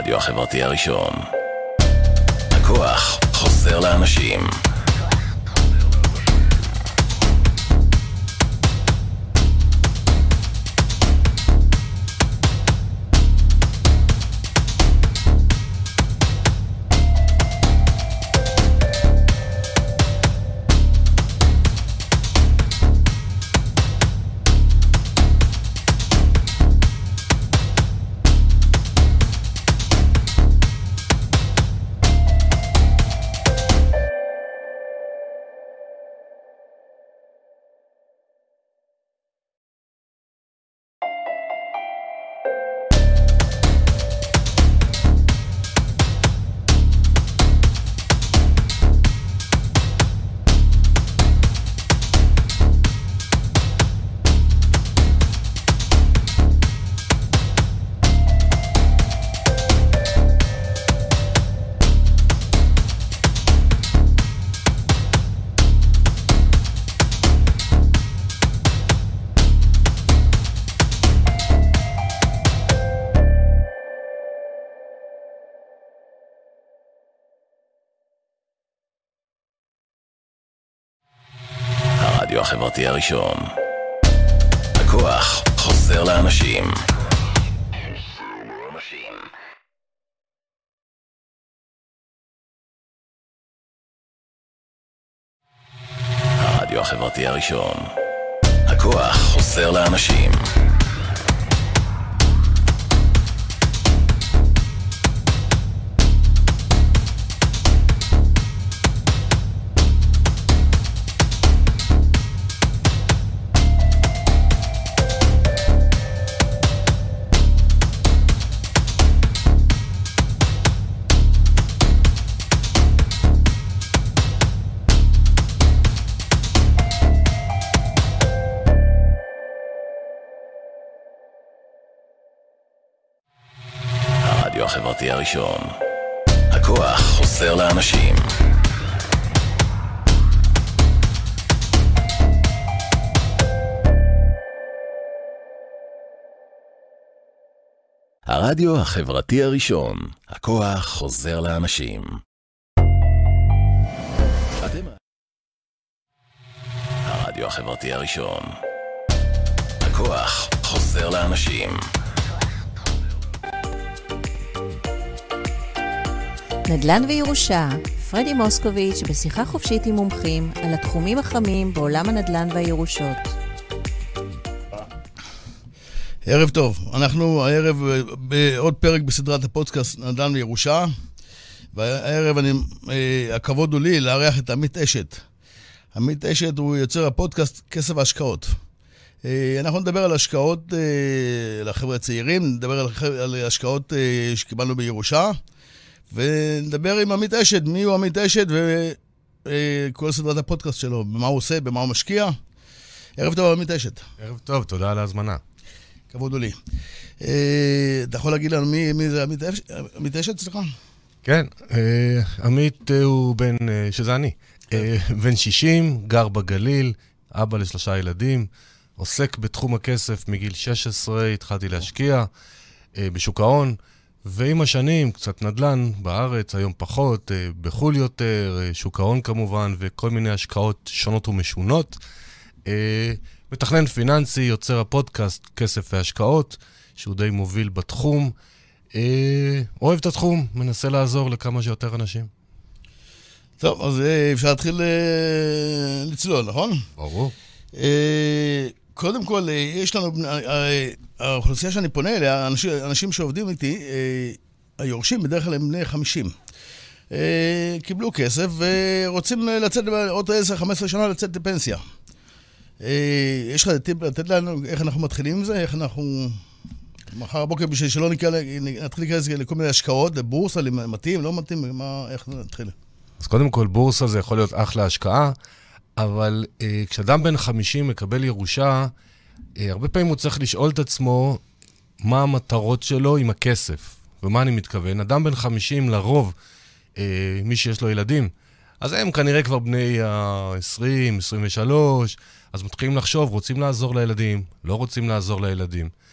הרדיו החברתי הראשון. הכוח חוזר לאנשים. הרדיו החברתי הראשון. הכוח חוזר לאנשים. הרדיו החברתי הראשון. הכוח חוזר לאנשים. הרדיו החברתי הראשון. הכוח חוזר לאנשים. הרדיו החברתי הראשון. הכוח חוזר לאנשים. הרדיו החברתי הראשון. הכוח חוזר לאנשים. נדל"ן וירושה, פרדי מוסקוביץ' בשיחה חופשית עם מומחים על התחומים החמים בעולם הנדל"ן והירושות. ערב טוב, אנחנו הערב בעוד פרק בסדרת הפודקאסט נדל"ן וירושה, והערב הכבוד הוא לי לארח את עמית אשת. עמית אשת הוא יוצר הפודקאסט כסף ההשקעות. אנחנו נדבר על השקעות לחבר'ה הצעירים, נדבר על השקעות שקיבלנו בירושה, ונדבר עם עמית אשת, מי הוא עמית אשת וכל סדרת הפודקאסט שלו, במה הוא עושה, במה הוא משקיע. ערב טוב עמית אשת. ערב טוב, תודה על ההזמנה. כבוד הוא לי. אתה יכול להגיד לנו מי זה עמית אשת, סליחה? כן, עמית הוא בן, שזה אני, בן 60, גר בגליל, אבא ל3 ילדים, עוסק בתחום הכסף מגיל 16, התחלתי להשקיע בשוק ההון, ועם השנים, קצת נדל"ן בארץ, היום פחות, בחול יותר, שוק ההון כמובן, וכל מיני השקעות שונות ומשונות. מתכנן פיננסי, יוצר הפודקאסט כסף והשקעות, שהוא די מוביל בתחום. אוהב את התחום, מנסה לעזור לכמה שיותר אנשים. טוב, אז אפשר להתחיל לצלול, נכון? ברור. קודם כל, יש לנו, האוכלוסייה שאני פונה אליה, אנשים שעובדים איתי, היורשים בדרך כלל הם בני 50. קיבלו כסף ורוצים לצאת עוד 10-15 שנה לצאת לפנסיה. יש לך טיפ לתת לנו איך אנחנו מתחילים עם זה? איך אנחנו מחר הבוקר בשביל שלא נתחיל להיכנס לכל מיני השקעות, לבורסה, מתאים, לא מתאים, איך נתחיל? אז קודם כל, בורסה זה יכול להיות אחלה השקעה, אבל כשאדם בן 50 מקבל ירושה, הרבה פעמים הוא צריך לשאול את עצמו מה המטרות שלו עם הכסף. ומה אני מתכוון? אדם בן 50 לרוב, מי שיש לו ילדים, אז הם כנראה כבר בני 20, 23, אז מתחילים לחשוב, רוצים לעזור לילדים, לא רוצים לעזור לילדים.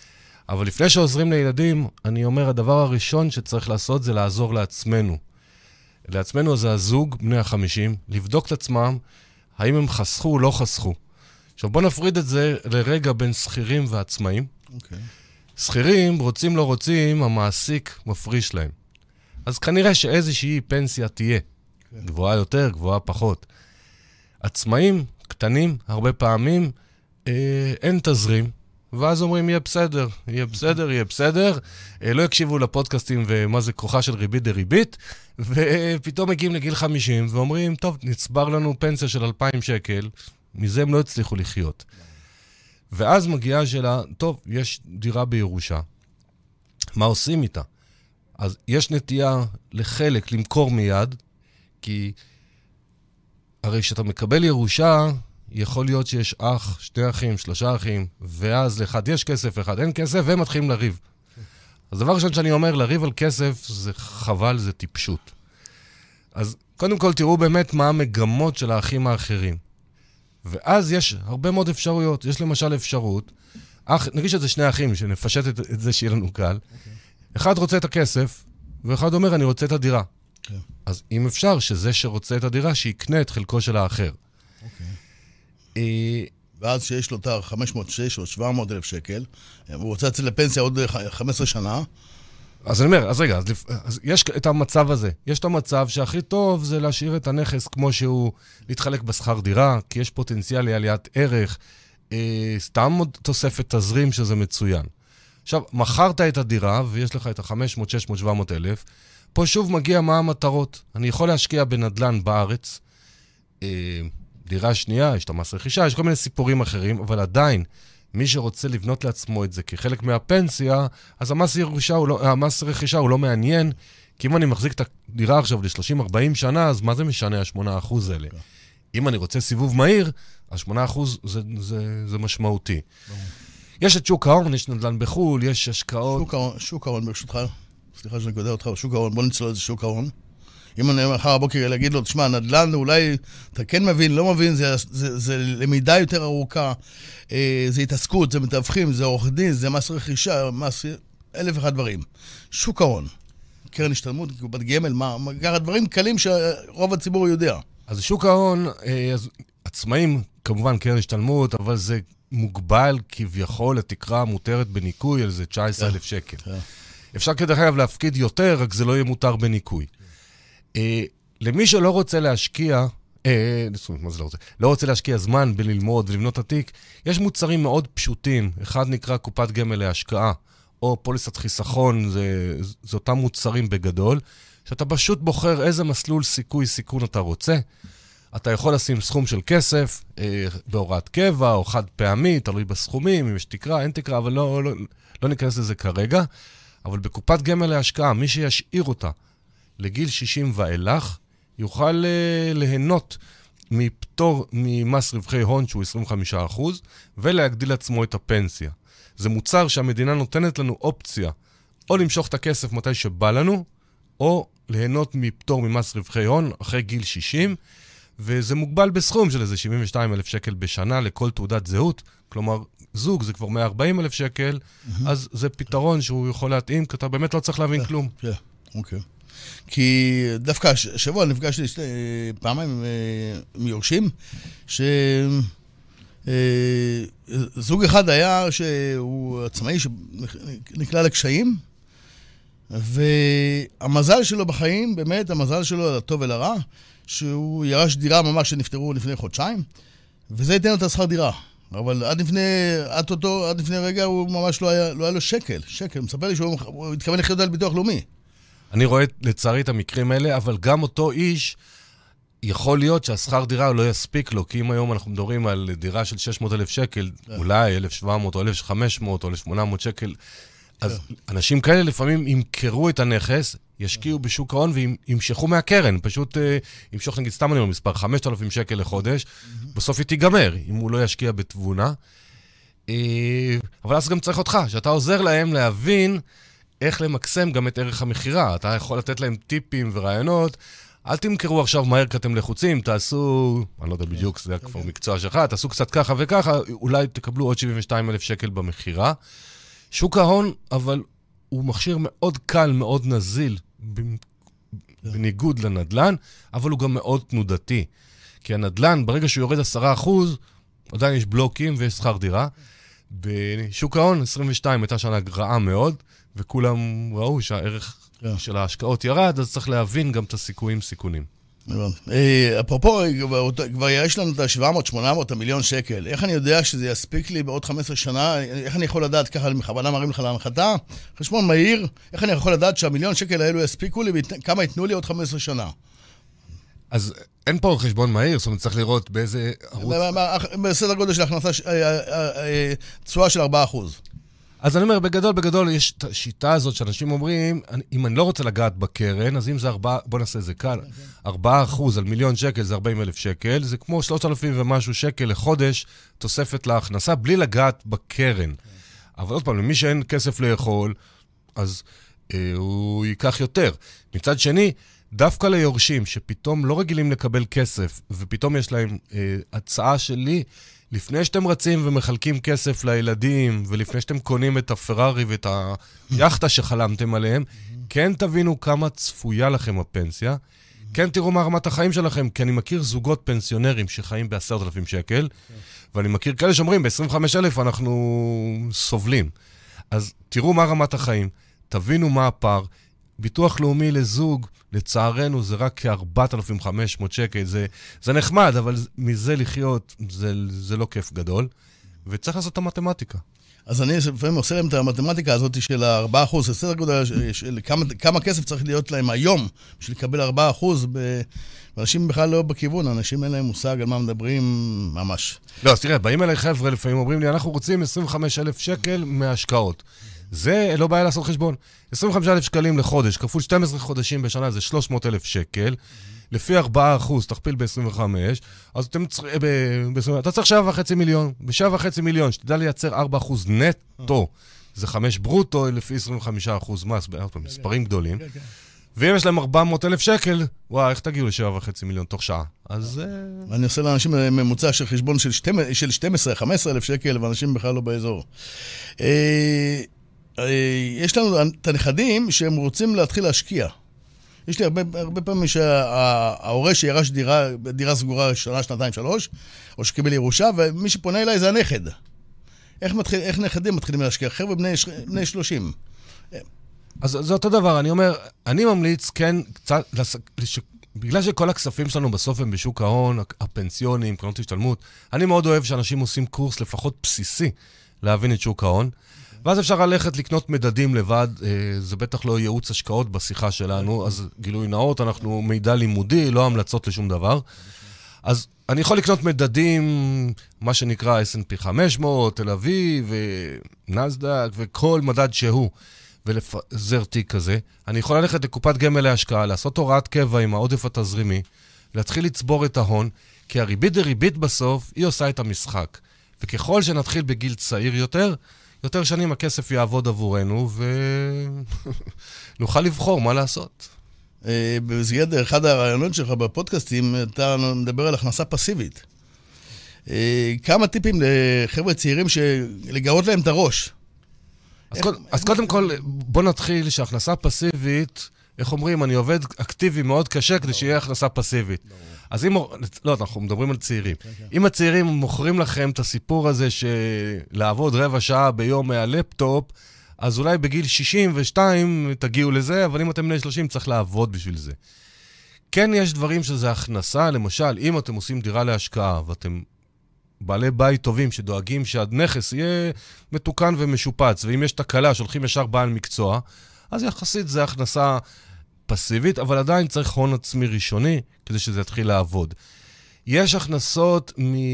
אבל לפני שעוזרים לילדים, אני אומר, הדבר הראשון שצריך לעשות זה לעזור לעצמנו. לעצמנו זה הזוג, בני ה-50, לבדוק את עצמם, האם הם חסכו או לא חסכו. עכשיו בואו נפריד את זה לרגע בין שכירים ועצמאים. שכירים, רוצים לא רוצים, המעסיק מפריש להם. אז כנראה שאיזושהי פנסיה תהיה. גבוהה יותר, גבוהה פחות. עצמאים, קטנים, הרבה פעמים, אין תזרים, ואז אומרים, יהיה בסדר, יהיה בסדר, יהיה בסדר. לא יקשיבו לפודקאסטים ומה זה כוחה של ריבית דריבית, ופתאום מגיעים לגיל 50 ואומרים, טוב, נצבר לנו פנסיה של 2,000 שקל, מזה הם לא הצליחו לחיות. ואז מגיעה השאלה, טוב, יש דירה בירושה, מה עושים איתה? אז יש נטייה לחלק למכור מיד, כי הרי כשאתה מקבל ירושה, יכול להיות שיש אח, 2 אחים, 3 אחים, ואז לאחד יש כסף, אחד אין כסף, והם מתחילים לריב. אז דבר ראשון שאני אומר, לריב על כסף זה חבל, זה טיפשות. אז קודם כל תראו באמת מה המגמות של האחים האחרים. ואז יש הרבה מאוד אפשרויות. יש למשל אפשרות, נגיד שזה 2 אחים, שנפשט את זה שיהיה לנו קל. אחד רוצה את הכסף, ואחד אומר, אני רוצה את הדירה. אז אם אפשר שזה שרוצה את הדירה, שיקנה את חלקו של האחר. ואז שיש לו את 500, 600 או 700 אלף שקל, הוא רוצה לצאת לפנסיה עוד 15 שנה. אז אני אומר, אז רגע, אז יש את המצב הזה. יש את המצב שהכי טוב זה להשאיר את הנכס כמו שהוא, להתחלק בשכר דירה, כי יש פוטנציאל לעליית ערך, סתם עוד תוספת תזרים שזה מצוין. עכשיו, מכרת את הדירה ויש לך את ה-500, 600, 700 אלף, פה שוב מגיע מה המטרות. אני יכול להשקיע בנדלן בארץ, דירה שנייה, יש את המס רכישה, יש כל מיני סיפורים אחרים, אבל עדיין, מי שרוצה לבנות לעצמו את זה כחלק מהפנסיה, אז המס רכישה הוא לא מעניין, כי אם אני מחזיק את הדירה עכשיו ל-30-40 שנה, אז מה זה משנה ה-8% האלה? אם אני רוצה סיבוב מהיר, ה-8% זה משמעותי. יש את שוק ההון, יש נדל"ן בחול, יש השקעות. שוק ההון ברשותך, סליחה שאני קודע אותך, שוק ההון, בוא נצלול את זה שוק ההון. אם אני מחר הבוקר להגיד לו, תשמע, נדל"ן אולי אתה כן מבין, לא מבין, זה למידה יותר ארוכה, זה התעסקות, זה מתווכים, זה עורך דין, זה מס רכישה, מס 1,001 דברים. שוק ההון, קרן השתלמות, קופת גמל, דברים קלים שרוב הציבור יודע. אז שוק ההון, עצמאים, כמובן קרן השתלמות, אבל זה מוגבל כביכול לתקרה מותרת בניקוי, על זה 19,000 שקל. אפשר כדרך אגב להפקיד יותר, רק זה לא יהיה מותר בניקוי. למי שלא רוצה להשקיע, לא רוצה להשקיע זמן בללמוד ולבנות התיק, יש מוצרים מאוד פשוטים. אחד נקרא קופת גמל להשקעה, או פוליסת חיסכון, זה אותם מוצרים בגדול, שאתה פשוט בוחר איזה מסלול סיכון אתה רוצה. אתה יכול לשים סכום של כסף, בהוראת קבע או חד פעמי, תלוי בסכומים, אם יש תקרה, אין תקרה, אבל לא ניכנס לזה כרגע. אבל בקופת גמל להשקעה, מי שישאיר אותה לגיל 60 ואילך, יוכל ליהנות מפטור ממס רווחי הון שהוא 25%, ולהגדיל עצמו את הפנסיה. זה מוצר שהמדינה נותנת לנו אופציה, או למשוך את הכסף מתי שבא לנו, או ליהנות מפטור ממס רווחי הון אחרי גיל 60, וזה מוגבל בסכום של איזה 72,000 שקל בשנה לכל תעודת זהות, כלומר, זוג זה כבר 140,000 שקל, אז זה פתרון שהוא יכול להתאים, כי אתה באמת לא צריך להבין כלום. כן, אוקיי. כי דווקא שבוע נפגשתי פעמיים עם יורשים, שזוג אחד היה שהוא עצמאי שנקלע לקשיים, והמזל שלו בחיים, באמת המזל שלו לטוב ולרע, שהוא ירש דירה ממש שנפטרו לפני חודשיים, וזה ייתן לו את השכר דירה. אבל עד לפני רגע הוא ממש לא היה לו שקל. הוא מספר לי שהוא התכוון לחיות על ביטוח לאומי. אני רואה לצערי את המקרים האלה, אבל גם אותו איש יכול להיות שהשכר דירה לא יספיק לו, כי אם היום אנחנו מדברים על דירה של 600,000 שקל, אולי 1,700 או 1,500 או 1,800 שקל, אז אנשים כאלה לפעמים ימכרו את הנכס, ישקיעו בשוק ההון וימשכו מהקרן, פשוט ימשוך נגיד סתם אני מספר 5,000 שקל לחודש, בסוף היא תיגמר, אם הוא לא ישקיע בתבונה. אבל אז גם צריך אותך, שאתה עוזר להם להבין איך למקסם גם את ערך המחירה. אתה יכול לתת להם טיפים ורעיונות, אל תמכרו עכשיו מהר כי אתם לחוצים, תעשו, אני לא יודע בדיוק, זה כבר מקצוע שלך, תעשו קצת ככה וככה, אולי תקבלו עוד 72,000 שקל במחירה. שוק ההון, אבל הוא מכשיר מאוד קל, מאוד נזיל, בניגוד לנדלן, אבל הוא גם מאוד תנודתי. כי הנדלן, ברגע שהוא יורד 10%, עדיין יש בלוקים ויש שכר דירה. בשוק ההון, 22 הייתה שנה גרעה מאוד, וכולם ראו שהערך של ההשקעות ירד, אז צריך להבין גם את סיכונים. אפרופו, כבר יש לנו את ה-700-800 מיליון שקל. איך אני יודע שזה יספיק לי בעוד 15 שנה? איך אני יכול לדעת ככה, בכוונה מראים לך להנחתה? חשבון מהיר, איך אני יכול לדעת שהמיליון שקל האלו יספיקו לי וכמה ייתנו לי עוד 15 שנה? אז אין פה חשבון מהיר, זאת אומרת, צריך לראות באיזה ערוץ... בסדר גודל של הכנסה, תשואה של 4%. אז אני אומר, בגדול יש את השיטה הזאת שאנשים אומרים, אם אני לא רוצה לגעת בקרן, אז אם זה 4, בוא נעשה זה קל, 4% על מיליון שקל זה 40,000 שקל, זה כמו 3,000 ומשהו שקל לחודש, תוספת להכנסה, בלי לגעת בקרן. אבל עוד פעם, למי שאין כסף לאכול, אז הוא ייקח יותר. מצד שני, דווקא ליורשים שפתאום לא רגילים לקבל כסף, ופתאום יש להם הצעה שלי, לפני שאתם רצים ומחלקים כסף לילדים, ולפני שאתם קונים את הפרארי ואת היחטה שחלמתם עליהם, כן תבינו כמה צפויה לכם הפנסיה, כן תראו מה רמת החיים שלכם, כי אני מכיר זוגות פנסיונרים שחיים ב10,000 שקל, ואני מכיר כאלה שאומרים, ב25,000 אנחנו סובלים. אז תראו מה רמת החיים, תבינו מה הפער, ביטוח לאומי לזוג, לצערנו זה רק כ-4,500 שקל, זה נחמד, אבל מזה לחיות זה לא כיף גדול, וצריך לעשות את המתמטיקה. אז אני לפעמים עושה להם את המתמטיקה הזאת של 4%, בסדר גודל של כמה כסף צריך להיות להם היום בשביל לקבל 4%, ואנשים בכלל לא בכיוון, אנשים אין להם מושג על מה מדברים ממש. לא, אז תראה, באים אליי חבר'ה לפעמים, אומרים לי, אנחנו רוצים 25,000 שקל מההשקעות. זה לא בעיה לעשות חשבון. 25,000 שקלים לחודש, כפול 12 חודשים בשנה, זה 300,000 שקל. לפי 4%, תכפיל ב-25, אז אתה צריך 7.5 מיליון. ב-7.5 מיליון, שתדע לייצר 4% נטו, זה 5 ברוטו, לפי 25% מס, מספרים גדולים. ואם יש להם 400,000 שקל, וואי, איך תגיעו ל-7.5 מיליון תוך שעה? אז... אני עושה לאנשים ממוצע של חשבון של 12-15,000 שקל, ואנשים בכלל לא באזור. יש לנו את הנכדים שהם רוצים להתחיל להשקיע. יש לי הרבה פעמים שההורה שירש דירה סגורה שנה, שנתיים, 3, או שקיבל ירושה, ומי שפונה אליי זה הנכד. איך נכדים מתחילים להשקיע? חבר'ה בני 30. אז זה אותו דבר, אני אומר, אני ממליץ, כן, קצת, בגלל שכל הכספים שלנו בסוף הם בשוק ההון, הפנסיונים, קרנות השתלמות, אני מאוד אוהב שאנשים עושים קורס לפחות בסיסי להבין את שוק ההון, ואז אפשר ללכת לקנות מדדים לבד, זה בטח לא ייעוץ השקעות בשיחה שלנו, אז גילוי נאות, אנחנו מידע לימודי, לא המלצות לשום דבר. אז אני יכול לקנות מדדים, מה שנקרא S&P 500, תל אביב, ונסדק, וכל מדד שהוא, ולפזר תיק כזה. אני יכול ללכת לקופת גמל להשקעה, לעשות הוראת קבע עם העודף התזרימי, להתחיל לצבור את ההון, כי הריבית דריבית בסוף, היא עושה את המשחק. וככל שנתחיל בגיל צעיר יותר שנים הכסף יעבוד עבורנו, ונוכל לבחור מה לעשות. במסגרת אחד הרעיונות שלך בפודקאסטים, אתה מדבר על הכנסה פסיבית. כמה טיפים לחבר'ה צעירים לגרות להם את הראש? אז קודם כל, בוא נתחיל שהכנסה פסיבית, איך אומרים, אני עובד אקטיבי מאוד קשה כדי שיהיה הכנסה פסיבית. אז אם, לא, אנחנו מדברים על צעירים. אם הצעירים מוכרים לכם את הסיפור הזה שלעבוד רבע שעה ביום מהלפטופ, אז אולי בגיל 62 תגיעו לזה, אבל אם אתם בני 30 צריך לעבוד בשביל זה. כן יש דברים שזה הכנסה, למשל, אם אתם עושים דירה להשקעה, ואתם בעלי בית טובים שדואגים שהנכס יהיה מתוקן ומשופץ, ואם יש תקלה שהולכים ישר בעל מקצוע, אז יחסית זה הכנסה פסיבית, אבל עדיין צריך הון עצמי ראשוני, כדי שזה יתחיל לעבוד. יש הכנסות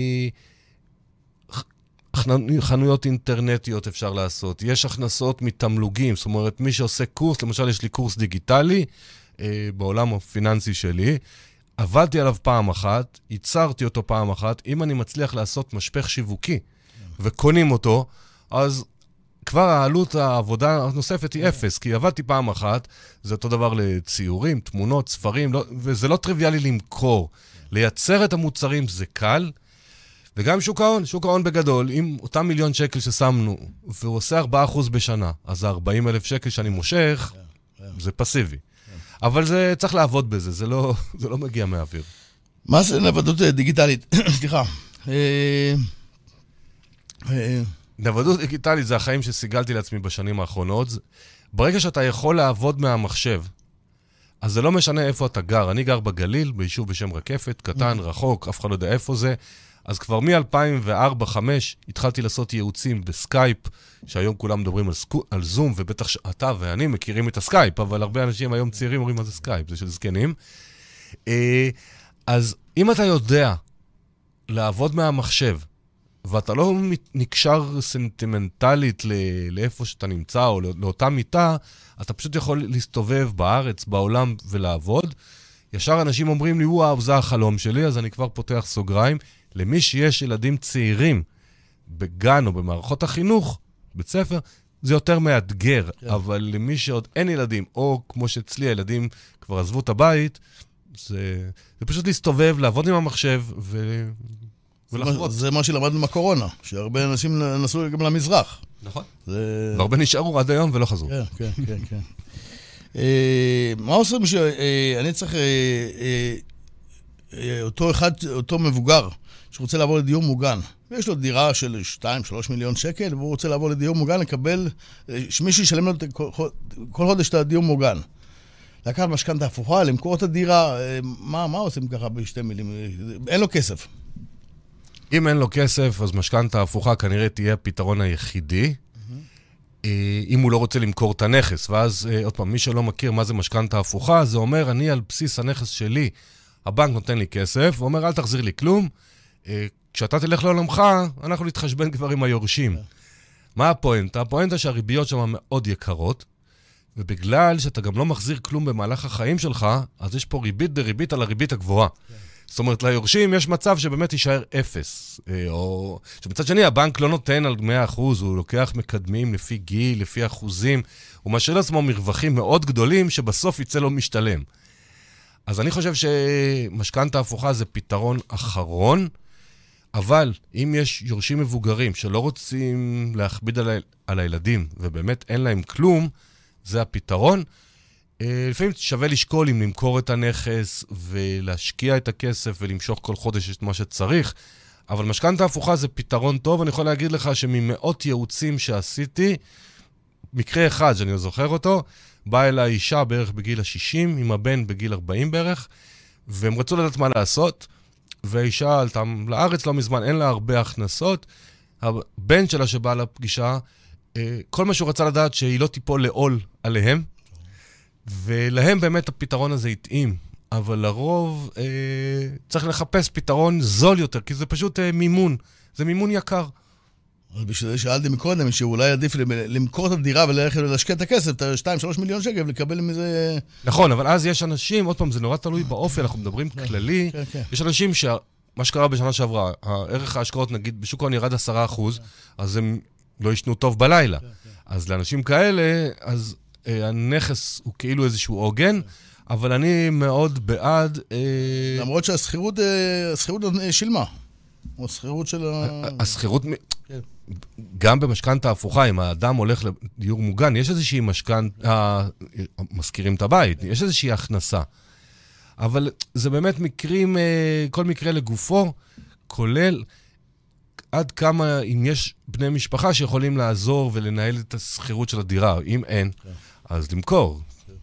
חנויות אינטרנטיות אפשר לעשות, יש הכנסות מתמלוגים, זאת אומרת, מי שעושה קורס, למשל יש לי קורס דיגיטלי, בעולם הפיננסי שלי, עבדתי עליו פעם אחת, ייצרתי אותו פעם אחת, אם אני מצליח לעשות משפך שיווקי, וקונים אותו, אז כבר העלות העבודה הנוספת היא 0, כי עבדתי פעם אחת, זה אותו דבר לציורים, תמונות, ספרים, וזה לא טריוויאלי למכור. לייצר את המוצרים זה קל, וגם שוק ההון בגדול, עם אותם מיליון שקל ששמנו, והוא עושה 4% בשנה, אז 40,000 שקל שאני מושך, זה פסיבי. אבל זה צריך לעבוד בזה, זה לא מגיע מהאוויר. מה זה נוודות דיגיטלית? סליחה. נוודות דיגיטלית זה החיים שסיגלתי לעצמי בשנים האחרונות. ברגע שאתה יכול לעבוד מהמחשב, אז זה לא משנה איפה אתה גר. אני גר בגליל, ביישוב בשם רקפת, קטן, רחוק, אף אחד לא יודע איפה זה. אז כבר מ-2004-2005 התחלתי לעשות ייעוצים בסקייפ, שהיום כולם מדברים על זום, ובטח אתה ואני מכירים את הסקייפ, אבל הרבה אנשים היום צעירים אומרים מה זה סקייפ, זה של זקנים. אז אם אתה יודע לעבוד מהמחשב, ואתה לא נקשר סנטימנטלית לאיפה שאתה נמצא, או לאותה מיטה, אתה פשוט יכול להסתובב בארץ, בעולם ולעבוד. ישר אנשים אומרים לי, וואו, זה החלום שלי, אז אני כבר פותח סוגריים. למי שיש ילדים צעירים בגן או במערכות החינוך, בית ספר, זה יותר מאתגר. כן. אבל למי שעוד אין ילדים, או כמו שאצלי הילדים כבר עזבו את הבית, זה פשוט להסתובב, לעבוד עם המחשב ולחוות. זה מה שלמדנו מהקורונה, שהרבה אנשים נסעו גם למזרח. נכון. והרבה נשארו עד היום ולא חזרו. כן. מה עושים שאני צריך אותו מבוגר שרוצה לעבור לדיור מוגן, ויש לו דירה של 2-3 מיליון שקל, והוא רוצה לעבור לדיור מוגן, לקבל, שמישהו ישלם לו כל חודש את הדיור מוגן. לקחת משכנתא הפוכה, למכור את הדירה, מה עושים ככה בשתי מילים? אין לו כסף. אם אין לו כסף, אז משכנתא הפוכה כנראה תהיה הפתרון היחידי, אם הוא לא רוצה למכור את הנכס. ואז, עוד פעם, מי שלא מכיר מה זה משכנתא הפוכה, זה אומר, אני על בסיס הנכס שלי, הבנק נותן לי כסף, ואומר, אל תחזיר לי כלום, כשאתה תלך לעולמך, אנחנו נתחשבן כבר עם היורשים. מה הפואנטה? הפואנטה שהריביות שם מאוד יקרות, ובגלל שאתה גם לא מחזיר כלום במהלך החיים שלך, אז יש פה ריבית דריבית על הריבית הגבוהה. זאת אומרת, ליורשים יש מצב שבאמת יישאר 0. או שמצד שני, הבנק לא נותן על 100%, הוא לוקח מקדמים לפי גיל, לפי אחוזים, הוא משאיר לעצמו מרווחים מאוד גדולים שבסוף יצא לו משתלם. אז אני חושב שמשכנתא הפוכה זה פתרון אחרון, אבל אם יש יורשים מבוגרים שלא רוצים להכביד על הילדים, ובאמת אין להם כלום, זה הפתרון. לפעמים שווה לשקול אם למכור את הנכס ולהשקיע את הכסף ולמשוך כל חודש את מה שצריך, אבל משכנתא הפוכה זה פתרון טוב. אני יכול להגיד לך שממאות ייעוצים שעשיתי, מקרה אחד שאני זוכר אותו, באה אליי אישה בערך בגיל ה-60, עם הבן בגיל 40 בערך, והם רצו לדעת מה לעשות, והאישה עלתה לארץ לא מזמן, אין לה הרבה הכנסות, הבן שלה שבא לפגישה, כל מה שהוא רצה לדעת שהיא לא תיפול לעול עליהם, ולהם באמת הפתרון הזה יתאים, אבל לרוב צריך לחפש פתרון זול יותר, כי זה פשוט מימון, זה מימון יקר. אז בשביל זה שאלתי מקודם, שאולי עדיף למכור את הדירה וללכת ולהשקיע את הכסף, את 2-3 מיליון שקל ולקבל מזה... נכון, אבל אז יש אנשים, עוד פעם, זה נורא תלוי באופי, אנחנו מדברים כללי, יש אנשים מה שקרה בשנה שעברה, הערך ההשקעות נגיד בשוק ההון ירד 10%, אז הם לא ישנו טוב בלילה. אז לאנשים כאלה, אז הנכס הוא כאילו איזשהו עוגן, אבל אני מאוד בעד... למרות שהסחירות שילמה. או סחירות של... הסחירות... גם במשכנתא הפוכה, אם האדם הולך לדיור מוגן, יש איזושהי משכנתא, מזכירים את הבית, יש איזושהי הכנסה. אבל זה באמת מקרים, כל מקרה לגופו, כולל עד כמה, אם יש בני משפחה שיכולים לעזור ולנהל את הסחירות של הדירה. אם אין, אז למכור.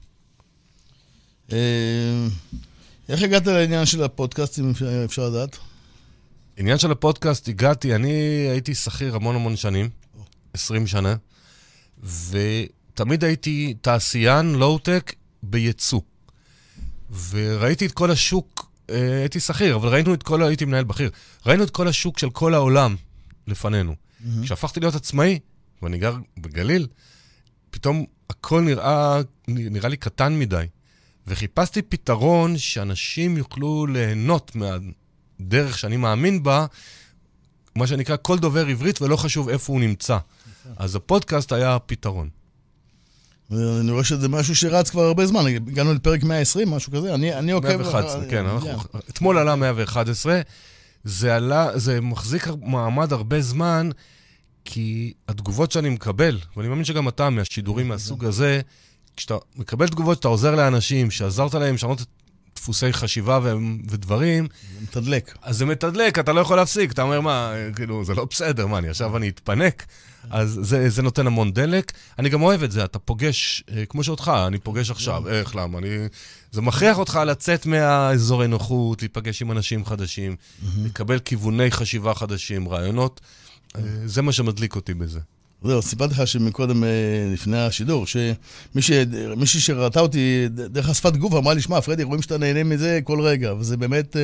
איך הגעת לעניין של הפודקאסט, אם אפשר לדעת? עניין של הפודקאסט, הגעתי, אני הייתי שכיר המון שנים, 20 שנה, ותמיד הייתי תעשיין, לואו-טק, בייצוא. וראיתי את כל השוק, הייתי שכיר, אבל הייתי מנהל בכיר, ראינו את כל השוק של כל העולם לפנינו. כשהפכתי להיות עצמאי, ואני גר בגליל, פתאום הכל נראה לי קטן מדי, וחיפשתי פתרון שאנשים יוכלו ליהנות דרך שאני מאמין בה, מה שנקרא כל דובר עברית, ולא חשוב איפה הוא נמצא. אז הפודקאסט היה הפתרון. אני רואה שזה משהו שרץ כבר הרבה זמן, הגענו לפרק 120, משהו כזה, אני עוקב... 111, כן, אתמול עלה 111, זה מחזיק מעמד הרבה זמן, כי התגובות שאני מקבל, ואני מאמין שגם אתה מהשידורים מהסוג הזה, כשאתה מקבל תגובות, אתה עוזר לאנשים, שעזרת להם לשנות את דפוסי חשיבה ודברים. זה מתדלק. אז זה מתדלק, אתה לא יכול להפסיק. אתה אומר, מה, כאילו, זה לא בסדר, מה, עכשיו אני אתפנק. אז זה נותן המון דלק. אני גם אוהב את זה, אתה פוגש, כמו שאותך, אני פוגש עכשיו. איך, למה? זה מכריח אותך לצאת מהאזורי נוחות, להיפגש עם אנשים חדשים, לקבל כיווני חשיבה חדשים, רעיונות. זה מה שמדליק אותי בזה. זהו, סיפרתי לך שמקודם, לפני השידור, שמישהי שראתה אותי דרך השפת גוף, אמרה לי, שמע, פרדי, רואים שאתה נהנה מזה כל רגע, וזה באמת...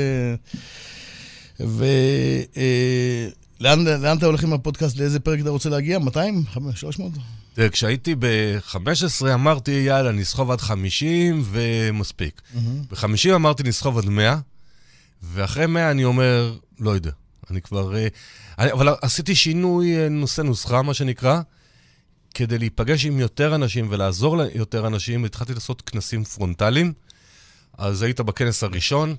לאן אתה הולך עם הפודקאסט? לאיזה פרק אתה רוצה להגיע? 200? 300? כשהייתי ב-15 אמרתי, יאללה, נסחוב עד 50 ומספיק. ב-50 אמרתי, נסחוב עד 100, ואחרי 100 אני אומר, לא יודע. אני כבר... אבל עשיתי שינוי נושא נוסחה, מה שנקרא, כדי להיפגש עם יותר אנשים ולעזור ליותר אנשים, התחלתי לעשות כנסים פרונטליים, אז היית בכנס הראשון.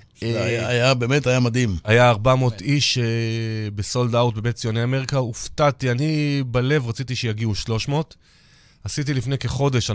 באמת היה מדהים. היה 400 איש בסולד אאוט בבית ציוני אמריקה, הופתעתי, אני בלב רציתי שיגיעו 300, עשיתי לפני כחודש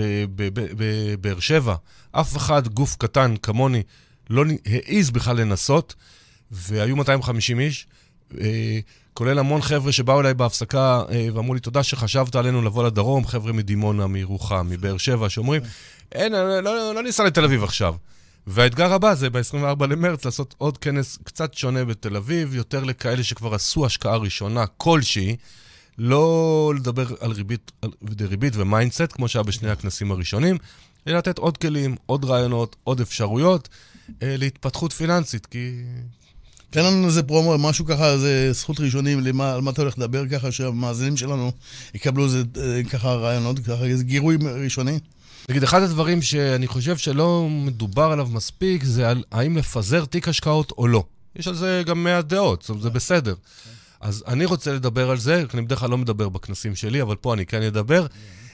בבאר שבע, אף אחד גוף קטן כמוני לא העיז בכלל לנסות, והיו 250 איש, כולל המון חבר'ה שבאו אליי בהפסקה ואמרו לי, תודה שחשבת עלינו לבוא לדרום, חבר'ה מדימונה, מירוחם, מבאר שבע, שאומרים, אין, לא ניסע לתל אביב עכשיו. והאתגר הבא זה ב-24 למרץ לעשות עוד כנס קצת שונה בתל אביב, יותר לכאלה שכבר עשו השקעה ראשונה כלשהי, לא לדבר על ריבית ומיינדסט, כמו שהיה בשני הכנסים הראשונים, אלא לתת עוד כלים, עוד רעיונות, עוד אפשרויות להתפתחות פיננסית, כי... תן לנו איזה פרומו, משהו ככה, זה זכות ראשונים, על מה אתה הולך לדבר ככה, שהמאזינים שלנו יקבלו איזה ככה רעיונות, ככה איזה גירוי ראשוני. נגיד, אחד הדברים שאני חושב שלא מדובר עליו מספיק, זה על האם לפזר תיק השקעות או לא. יש על זה גם 100 דעות, זה בסדר. אז אני רוצה לדבר על זה, אני בדרך כלל לא מדבר בכנסים שלי, אבל פה אני כן אדבר,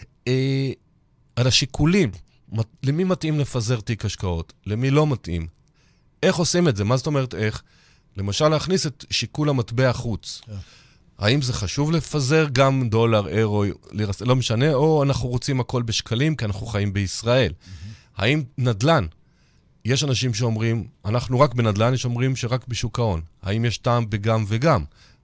על השיקולים, למי מתאים לפזר תיק השקעות, למי לא מתאים. איך עושים את זה? מה זאת אומרת איך? למשל, להכניס את שיקול המטבע חוץ. האם זה חשוב לפזר גם דולר, אירו, לא משנה, או אנחנו רוצים הכל בשקלים, כי אנחנו חיים בישראל. האם נדל"ן? יש אנשים שאומרים, אנחנו רק בנדל"ן, יש אומרים שרק בשוק ההון. האם יש טעם בגם וגם?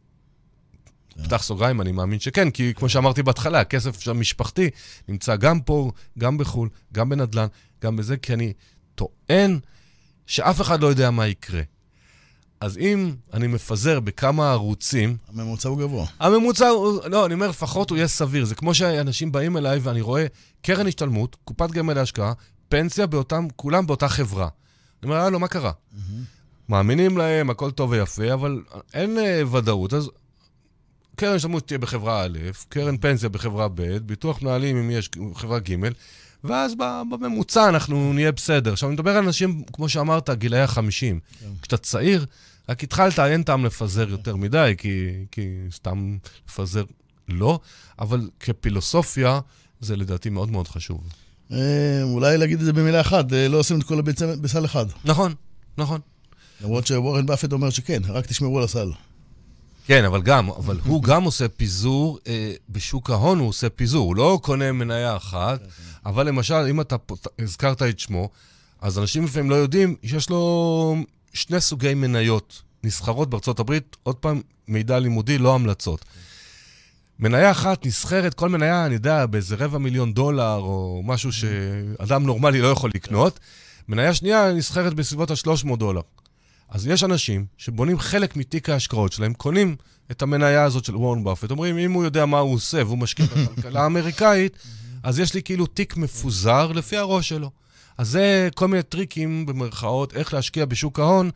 פתח סוגריים, אני מאמין שכן, כי כמו שאמרתי בהתחלה, הכסף המשפחתי נמצא גם פה, גם בחול, גם בנדל"ן, גם בזה, כי אני טוען שאף אחד לא יודע מה יקרה. אז אם אני מפזר בכמה ערוצים... הממוצע הוא גבוה. הממוצע הוא... לא, אני אומר, לפחות הוא יהיה סביר. זה כמו שאנשים באים אליי ואני רואה קרן השתלמות, קופת גמל להשקעה, פנסיה באותם, כולם באותה חברה. אני אומר, לא, מה קרה? מאמינים להם, הכל טוב ויפה, אבל אין ודאות. אז קרן השתלמות תהיה בחברה א', קרן פנסיה בחברה ב', ביטוח מנהלים אם יש חברה ג', ואז בממוצע אנחנו נהיה בסדר. עכשיו, אני מדבר על אנשים, כמו שאמרת, גילאי ה-50. כשאתה צעיר, רק התחלת, אין טעם לפזר יותר מדי, כי סתם לפזר לא, אבל כפילוסופיה, זה לדעתי מאוד מאוד חשוב. אולי להגיד את זה במילה אחת, לא עושים את כל הביצה בסל אחד. נכון, נכון. למרות שוורן באפט אומר שכן, רק תשמרו על הסל. כן, אבל הוא גם עושה פיזור, בשוק ההון הוא עושה פיזור, הוא לא קונה מניה אחת, אבל למשל, אם אתה הזכרת את שמו, אז אנשים לפעמים לא יודעים, יש לו 2 סוגי מניות נסחרות בארצות הברית, עוד פעם, מידע לימודי, לא המלצות. מניה אחת נסחרת, כל מניה, אני יודע, באיזה $250,000 או משהו שאדם נורמלי לא יכול לקנות, מניה שנייה נסחרת בסביבות $300. אז יש אנשים שבונים חלק מתיק ההשקעות שלהם, קונים את המניה הזאת של וורן באפט, אומרים, אם הוא יודע מה הוא עושה והוא משקיע בכלכלה האמריקאית, אז יש לי כאילו תיק מפוזר לפי הראש שלו. אז זה כל מיני טריקים במרכאות, איך להשקיע בשוק ההון,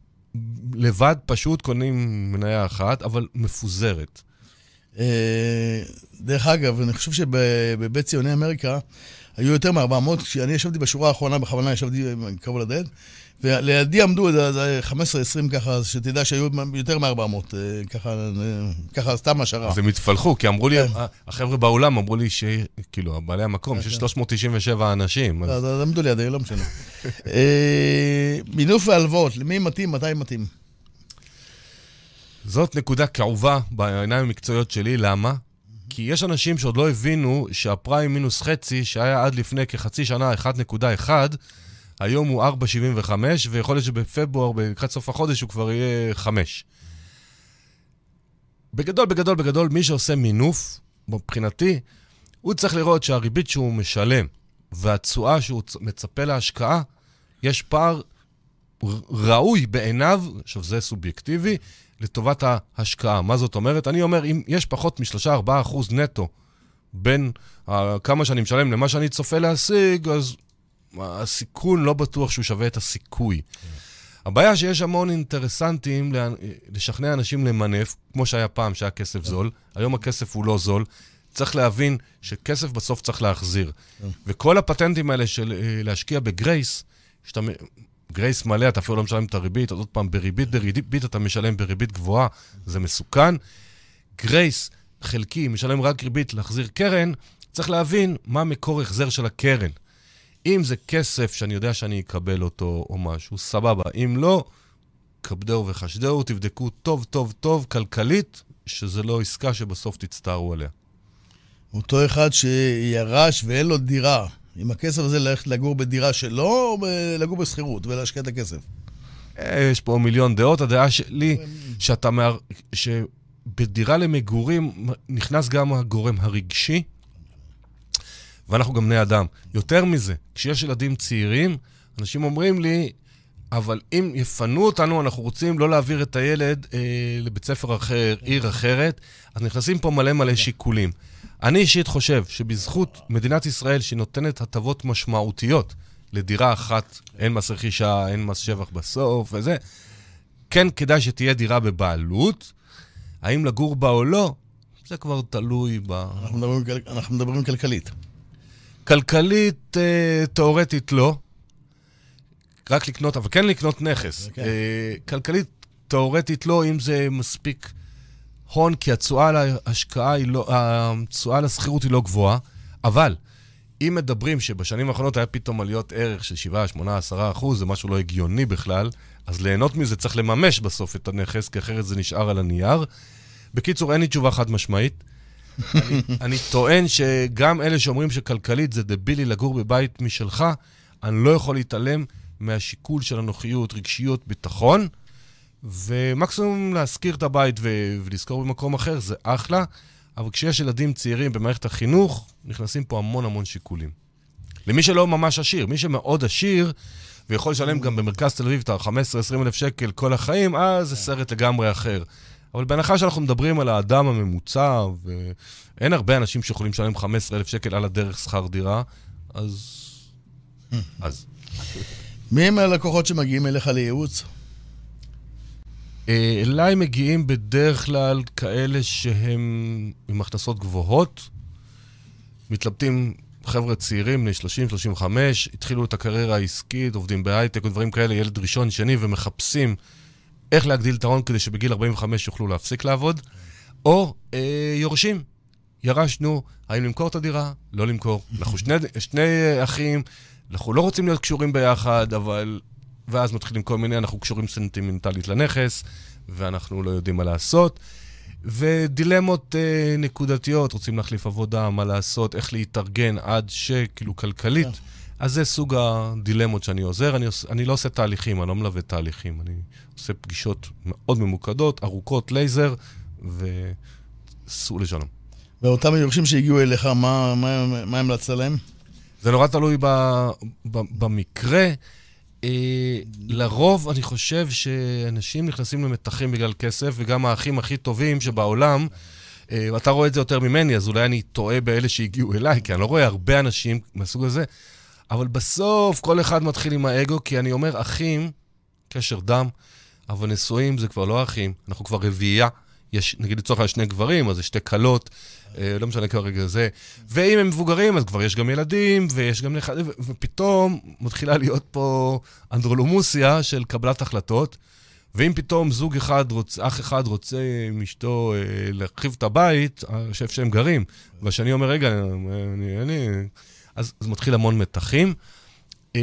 לבד פשוט קונים מניה אחת, אבל מפוזרת. דרך אגב, אני חושב שבבית ציוני אמריקה היו יותר מ-400, כשאני ישבתי בשורה האחרונה, בכוונה ישבתי קרוב לדלת, ולידי עמדו, זה 15-20 ככה, שתדע שהיו יותר מ-400, ככה סתם השערה. אז הם התפלחו, כי אמרו לי, החבר'ה באולם אמרו לי שכאילו, בעלי המקום, שיש 397 אנשים. אז עמדו לידי, לא משנה. מינוף והלוואות, למי מתאים, מתי מתאים? זאת נקודה כאובה בעיניים המקצועיות שלי, למה? כי יש אנשים שעוד לא הבינו שהפריים מינוס חצי, שהיה עד לפני כחצי שנה 1.1, היום הוא 4.75, ויכול להיות שבפברואר, לקראת סוף החודש, הוא כבר יהיה 5. בגדול, מי שעושה מינוף, מבחינתי, הוא צריך לראות שהריבית שהוא משלם, והתשואה שהוא מצפה להשקעה, יש פער ראוי בעיניו, עכשיו זה סובייקטיבי, לטובת ההשקעה. מה זאת אומרת? אני אומר, אם יש פחות מ3-4% נטו בין כמה שאני משלם למה שאני צופה להשיג, אז הסיכון לא בטוח שהוא שווה את הסיכוי. הבעיה שיש המון אינטרסנטים לשכנע אנשים למנף, כמו שהיה פעם שהיה כסף זול, היום הכסף הוא לא זול, צריך להבין שכסף בסוף צריך להחזיר. וכל הפטנטים האלה של להשקיע בגרייס, גרייס מלא, אתה אפילו לא משלם את הריבית, אז עוד פעם, בריבית אתה משלם בריבית גבוהה, זה מסוכן. גרייס חלקי, משלם רק ריבית להחזיר קרן, צריך להבין מה מקור החזר של הקרן. אם זה כסף שאני יודע שאני אקבל אותו או משהו, סבבה. אם לא, כבדהו וחשדהו, תבדקו טוב, כלכלית, שזה לא עסקה שבסוף תצטערו עליה. אותו אחד שירש ואין לו דירה, עם הכסף הזה ללכת לגור בדירה שלו, או לגור בסחירות ולהשקיע את הכסף? יש פה מיליון דעות. הדעה שלי, שבדירה למגורים נכנס גם הגורם הרגשי, ואנחנו גם בני אדם. יותר מזה, כשיש ילדים צעירים, אנשים אומרים לי, אבל אם יפנו אותנו, אנחנו רוצים לא להעביר את הילד לבית ספר אחר, עיר אחרת, אז נכנסים פה מלא שיקולים. אני אישית חושב שבזכות מדינת ישראל שנותנת הטבות משמעותיות לדירה אחת, אין מס רכישה, אין מס שבח בסוף וזה, כן כדאי שתהיה דירה בבעלות. האם לגור בה או לא, זה כבר תלוי ב... אנחנו מדברים כלכלית. כלכלית, תיאורטית לא. רק לקנות, אבל כן לקנות נכס. כלכלית, תיאורטית לא, אם זה מספיק הון, כי התשואה להשקעה היא לא, התשואה לסחירות היא לא גבוהה, אבל אם מדברים שבשנים האחרונות היה פתאום עליות ערך של 7, 8, 10%, זה משהו לא הגיוני בכלל, אז ליהנות מזה צריך לממש בסוף את הנכס, כי אחרת זה נשאר על הנייר. בקיצור, אין לי תשובה חד משמעית. אני טוען שגם אלה שאומרים שכלכלית זה דבילי לגור בבית משלך, אני לא יכול להתעלם מהשיקול של הנוחיות, רגשיות, ביטחון, ומקסימום להזכיר את הבית ולזכור במקום אחר, זה אחלה, אבל כשיש ילדים צעירים במערכת החינוך, נכנסים פה המון שיקולים. למי שלא ממש עשיר, מי שמאוד עשיר, ויכול לשלם גם במרכז תל אביב את ה-15-20 אלף שקל כל החיים, אז זה סרט לגמרי אחר. אבל בהנחה שאנחנו מדברים על האדם הממוצע, ואין הרבה אנשים שיכולים לשלם 15,000 שקל על הדרך שכר דירה, אז... מי הם הלקוחות שמגיעים אליך לייעוץ? אליי מגיעים בדרך כלל כאלה שהם עם הכנסות גבוהות, מתלבטים חבר'ה צעירים, בני 30-35, התחילו את הקריירה העסקית, עובדים בהייטק ודברים כאלה, ילד ראשון, שני, ומחפשים איך להגדיל את ההון כדי שבגיל 45 יוכלו להפסיק לעבוד, או יורשים. ירשנו, האם למכור את הדירה? לא למכור. אנחנו שני אחים, אנחנו לא רוצים להיות קשורים ביחד, אבל... ואז מתחילים כל מיני, אנחנו קשורים סנטימנטלית לנכס, ואנחנו לא יודעים מה לעשות. ודילמות נקודתיות, רוצים להחליף עבודה, מה לעשות, איך להתארגן עד שכאילו כלכלית. אז זה סוג הדילמות שאני עוזר. אני לא עושה תהליכים, אני לא מלווה תהליכים. אני עושה פגישות מאוד ממוקדות, ארוכות, לייזר, וסעו לשלום. ואותם היורשים שהגיעו אליך, מה המלצת להם? זה נורא תלוי במקרה. לרוב אני חושב שאנשים נכנסים למתחים בגלל כסף, וגם האחים הכי טובים שבעולם, אתה רואה את זה יותר ממני, אז אולי אני טועה באלה שהגיעו אליי, כי אני לא רואה הרבה אנשים מהסוג הזה, אבל בסוף כל אחד מתחיל עם האגו, כי אני אומר אחים, קשר דם, אבל נשואים זה כבר לא אחים, אנחנו כבר רביעייה, יש נגיד לצורך על שני גברים, אז יש שתי קלות, לא משנה כרגע זה, ואם הם מבוגרים, אז כבר יש גם ילדים, ויש גם נכדים, ופתאום מתחילה להיות פה אנדרולומוסיה של קבלת החלטות, ואם פתאום זוג אחד, אח אחד רוצה עם אשתו להרחיב את הבית, שאיפה שהם גרים, והשני אומר, רגע, אז מתחיל המון מתחים.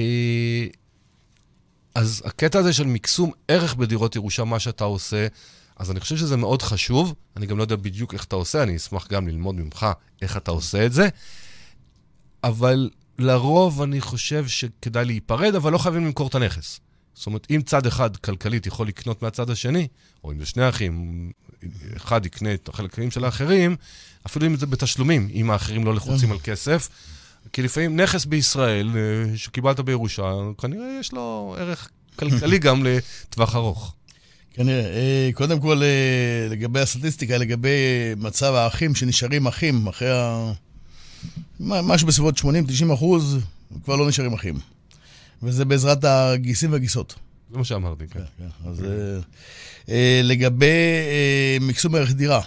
אז הקטע הזה של מקסום ערך בדירות ירושה, מה שאתה עושה, אז אני חושב שזה מאוד חשוב, אני גם לא יודע בדיוק איך אתה עושה, אני אשמח גם ללמוד ממך איך אתה עושה את זה, אבל לרוב אני חושב שכדאי להיפרד, אבל לא חייבים למכור את הנכס. זאת אומרת, אם צד אחד כלכלית יכול לקנות מהצד השני, או אם זה שני אחים, אחד יקנה את החלקים של האחרים, אפילו אם זה בתשלומים, אם האחרים לא לחוצים על כסף, כי לפעמים נכס בישראל שקיבלת בירושה, כנראה יש לו ערך כלכלי גם לטווח ארוך. כנראה, קודם כל לגבי הסטטיסטיקה, לגבי מצב האחים שנשארים אחים, אחרי משהו בסביבות 80-90%, כבר לא נשארים אחים. וזה בעזרת הגיסים והגיסות. זה מה שאמרתי, כן. אז לגבי מקסום ערך דירה.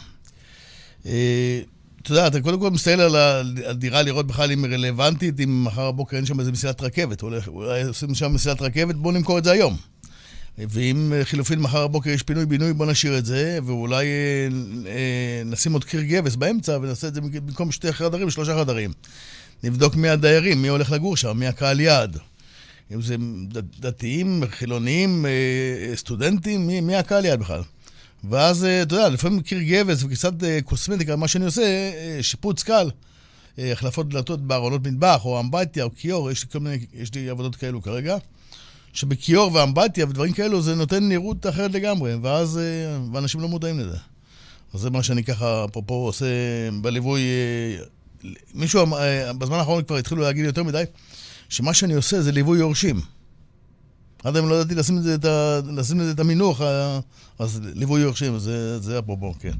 אתה יודע, אתה קודם כל מסתכל על הדירה לראות בכלל אם היא רלוונטית, אם מחר הבוקר אין שם איזה מסילת רכבת, אולי עושים שם מסילת רכבת, בואו נמכור את זה היום. ואם חילופין מחר הבוקר יש פינוי-בינוי, בואו נשאיר את זה, ואולי נשים עוד קיר גבס באמצע, ונעשה את זה במקום 2 חדרים, 3 חדרים. נבדוק מי הדיירים, מי הולך לגור שם, מי הקהל יעד. אם זה דתיים, חילוניים, סטודנטים, מי הקהל יעד בכלל. ואז, אתה יודע, לפעמים קיר גבס וקצת קוסמטיקה, מה שאני עושה, שיפוץ קל, החלפות דלתות בארונות מטבח, או אמבטיה, או קיור, יש לי עבודות כאלו כרגע, שבקיור ואמבטיה ודברים כאלו, זה נותן נראות אחרת לגמרי, ואז, ואנשים לא מודעים לזה. אז זה מה שאני ככה, אפרופו, עושה בליווי, מישהו, בזמן האחרון כבר התחילו להגיד יותר מדי, שמה שאני עושה זה ליווי יורשים. עד היום לא ידעתי לשים לזה את המינוח, אז ליווי יורשים, זה אפרופו, כן.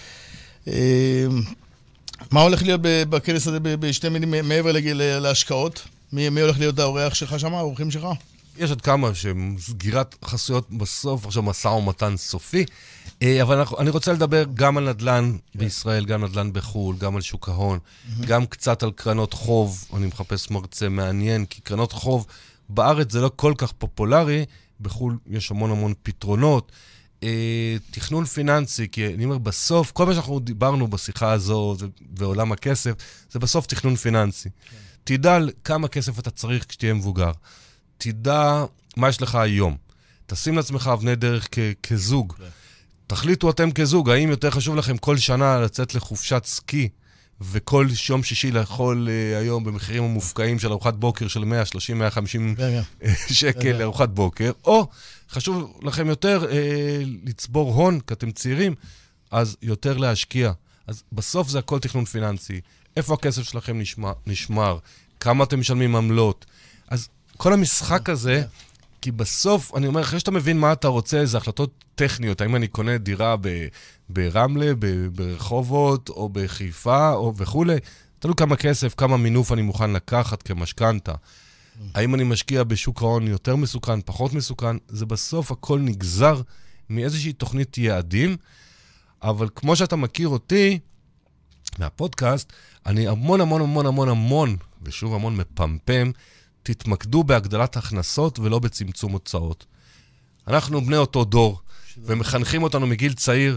מה הולך להיות בכנס הזה בשתי מילים מעבר להשקעות? מי הולך להיות האורח שלך שם, האורחים שלך? יש עוד כמה שסגירת חסויות בסוף, עכשיו מסע ומתן סופי, אבל אני רוצה לדבר גם על נדל"ן בישראל, גם נדל"ן בחול, גם על שוק ההון, גם קצת על קרנות חוב, אני מחפש מרצה מעניין, כי קרנות חוב בארץ זה לא כל כך פופולרי, בחול יש המון פתרונות, תכנון פיננסי, כי אני אומר בסוף, כל מה שאנחנו דיברנו בשיחה הזו בעולם הכסף, זה בסוף תכנון פיננסי. תדע כמה כסף אתה צריך כשתהיה מבוגר. תדע מה יש לך היום. תשים לעצמך אבני דרך כזוג. תחליטו אתם כזוג, האם יותר חשוב לכם כל שנה לצאת לחופשת סקי, וכל יום שישי לאכול היום במחירים המופקעים של ארוחת בוקר של 130-150 שקל לארוחת בוקר, או חשוב לכם יותר לצבור הון, כי אתם צעירים, אז יותר להשקיע. אז בסוף זה הכל תכנון פיננסי. איפה הכסף שלכם נשמר? כמה אתם משלמים עמלות? אז כל המשחק הזה, כי בסוף, אני אומר, אחרי שאתה מבין מה אתה רוצה, זה החלטות טכניות. האם אני קונה דירה ברמלה, ברחובות, או בחיפה, או וכו'. תלוי כמה כסף, כמה מינוף אני מוכן לקחת כמשכנתה. האם אני משקיע בשוק ההון יותר מסוכן, פחות מסוכן? זה בסוף הכל נגזר מאיזושהי תוכנית יעדים, אבל כמו שאתה מכיר אותי, מהפודקאסט, אני המון, ושוב המון מפמפם, תתמקדו בהגדלת הכנסות ולא בצמצום הוצאות. אנחנו בני אותו דור, ומחנכים אותנו מגיל צעיר,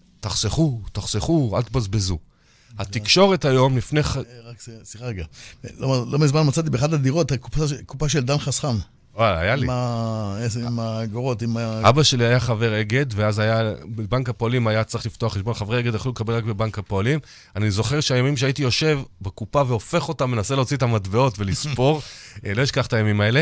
תחסכו, אל תבזבזו. התקשורת היום לפני... רק שיחה רגע. לא מזמן מצאתי באחד הדירות, קופה של דן חסכן. היה לי. עם הגורות, עם... אבא שלי היה חבר אגד, ואז היה, בבנק הפועלים היה צריך לפתוח חשבון, חברי אגד יכלו לקבל רק בבנק הפועלים. אני זוכר שהימים שהייתי יושב בקופה והופך אותה, מנסה להוציא את המטבעות ולספור, לא אשכח את הימים האלה.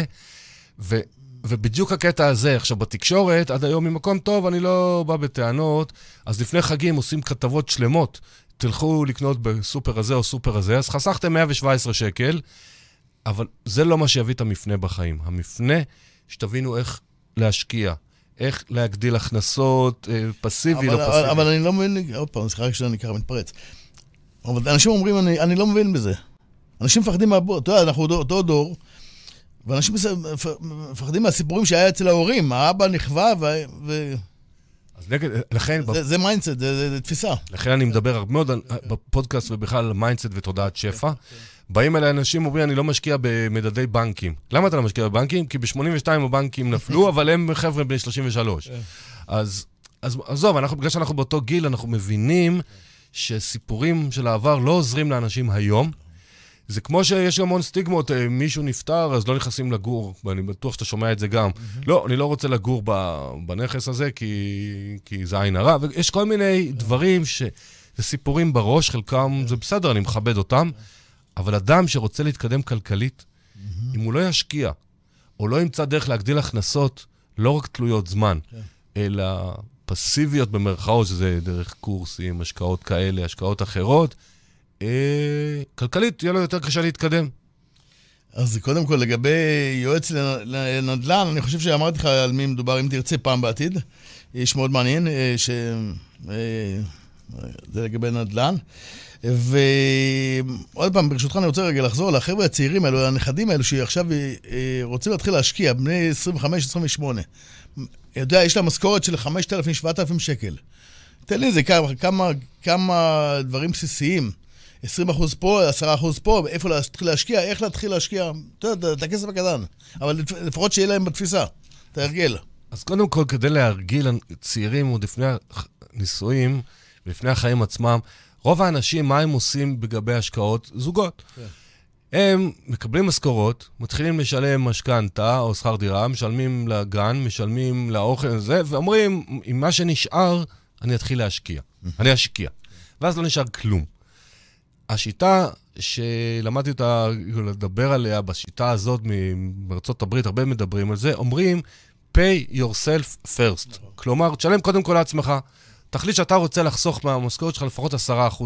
ובדיוק הקטע הזה, עכשיו בתקשורת, עד היום ממקום טוב, אני לא בא בטענות, אז לפני חגים עושים כתבות שלמות, תלכו לקנות בסופר הזה או סופר הזה, אז חסכתם 117 שקל, אבל זה לא מה שיביא את המפנה בחיים. המפנה, שתבינו איך להשקיע, איך להגדיל הכנסות, פסיבי, לא פסיבי. אבל אני לא מבין, עוד פעם, סליחה שאני ככה מתפרץ. אבל אנשים אומרים, אני לא מבין בזה. אנשים מפחדים מהבור, אתה יודע, אנחנו אותו דור, ואנשים מפחדים מהסיפורים שהיה אצל ההורים, האבא נכווה אז לכן... זה מיינדסט, זה תפיסה. לכן אני מדבר הרבה מאוד בפודקאסט ובכלל על מיינדסט ותודעת שפע. באים אליי אנשים אומרים, אני לא משקיע במדדי בנקים. למה אתה לא משקיע בבנקים? כי ב-82 הבנקים נפלו, אבל הם חבר'ה בני 33. אז עזוב, בגלל שאנחנו באותו גיל, אנחנו מבינים שסיפורים של העבר לא עוזרים לאנשים היום, זה כמו שיש המון סטיגמות, מישהו נפטר, אז לא נכנסים לגור, ואני בטוח שאתה שומע את זה גם. לא, אני לא רוצה לגור בנכס הזה, כי זה עין הרע, ויש כל מיני דברים שזה סיפורים בראש, חלקם זה בסדר, אני מכבד אותם, אבל אדם שרוצה להתקדם כלכלית, אם הוא לא ישקיע, או לא ימצא דרך להגדיל הכנסות, לא רק תלויות זמן, אלא פסיביות במרכאות, שזה דרך קורסים, השקעות כאלה, השקעות אחרות, כלכלית, יהיה לו יותר קשה להתקדם. אז קודם כל, לגבי יועץ לנדל"ן, אני חושב שאמרתי לך על מי מדובר, אם תרצה פעם בעתיד. איש מאוד מעניין, זה לגבי נדל"ן. ועוד פעם, ברשותך אני רוצה רגע לחזור לחבר'ה הצעירים האלו, הנכדים האלו, שעכשיו רוצים להתחיל להשקיע, בני 25-28. יודע, יש לה משכורת של 5,000-7,000 שקל. תן לי זה כמה דברים בסיסיים. 20% פה, 10% פה, איפה להתחיל להשקיע, איך להתחיל להשקיע, אתה יודע, את הכסף הקטן. אבל לפחות שיהיה להם בתפיסה, תהרגל. אז קודם כל, כדי להרגיל צעירים עוד לפני הנישואים, ולפני החיים עצמם, רוב האנשים, מה הם עושים בגבי השקעות? זוגות. הם מקבלים משכורות, מתחילים לשלם משכנתה או שכר דירה, משלמים לגן, משלמים לאוכל הזה, ואומרים, עם מה שנשאר, אני אתחיל להשקיע. אני אשקיע. ואז לא נשאר כלום. השיטה שלמדתי אותה, לדבר עליה, בשיטה הזאת מארצות הברית, הרבה מדברים על זה, אומרים, pay yourself first. כלומר, תשלם קודם כל לעצמך. תחליט שאתה רוצה לחסוך מהמשכורת שלך לפחות 10%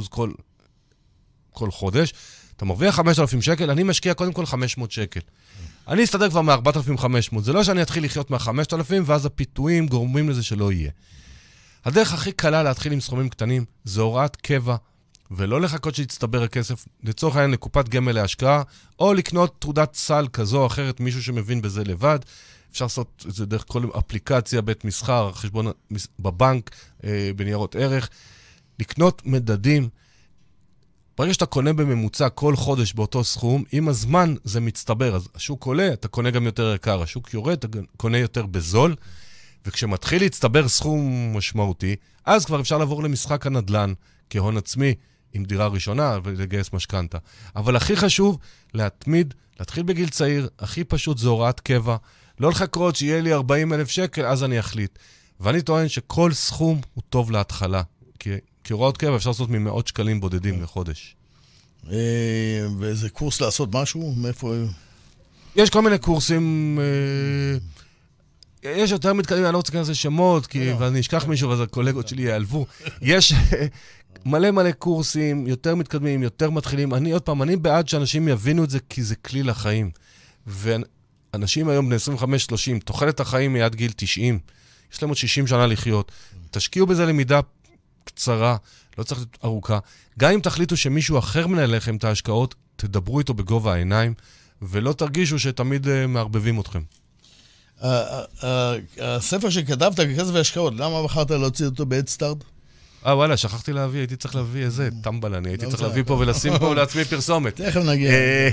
כל חודש. אתה מרוויח 5,000 שקל, אני משקיע קודם כל 500 שקל. אני אסתדר כבר מ-4,500. זה לא שאני אתחיל לחיות מה-5,000, ואז הפיתויים גורמים לזה שלא יהיה. הדרך הכי קלה להתחיל עם סכומים קטנים, זה הוראת קבע, ולא לחכות שיצטבר הכסף, לצורך העניין לקופת גמל להשקעה, או לקנות תעודת סל כזו או אחרת, מישהו שמבין בזה לבד. אפשר לעשות את זה דרך כל אפליקציה, בית מסחר, חשבון בבנק, בניירות ערך. לקנות מדדים. ברגע שאתה קונה בממוצע כל חודש באותו סכום, עם הזמן זה מצטבר. אז השוק עולה, אתה קונה גם יותר יקר. השוק יורד, אתה קונה יותר בזול. וכשמתחיל להצטבר סכום משמעותי, אז כבר אפשר לעבור למשחק הנדל"ן, כהון עצמי, עם דירה ראשונה, ולגייס משכנתה. אבל הכי חשוב, להתמיד, להתחיל בגיל צעיר, הכי פשוט זה הוראת קבע, לא לחכות שיהיה לי 40,000 שקל, אז אני אחליט. ואני טוען שכל סכום הוא טוב להתחלה, כי הוראות קבע אפשר לעשות ממאות שקלים בודדים לחודש. ואיזה קורס לעשות משהו? מאיפה? יש כל מיני קורסים, יש יותר מתקדמים, אני לא רוצה להיכנס לשמות, ואני אשכח מישהו, ואז הקולגות שלי יעלבו. יש מלא קורסים, יותר מתקדמים, יותר מתחילים. עוד פעם, אני בעד שאנשים יבינו את זה, כי זה כלי לחיים. ואנשים היום בני 25-30, תוחלת החיים מיד גיל 90, יש להם עוד 60 שנה לחיות. תשקיעו בזה למידה קצרה, לא צריך להיות ארוכה. גם אם תחליטו שמישהו אחר מנהל לכם את ההשקעות, תדברו איתו בגובה העיניים, ולא תרגישו שתמיד מערבבים אתכם. הספר שכתבת, כסף והשקעות, למה בחרת להוציא אותו ב-Head Start? וואלה, שכחתי להביא, הייתי צריך להביא איזה טמבל, אני הייתי צריך להביא פה ולשים פה לעצמי פרסומת. תכף נגיע.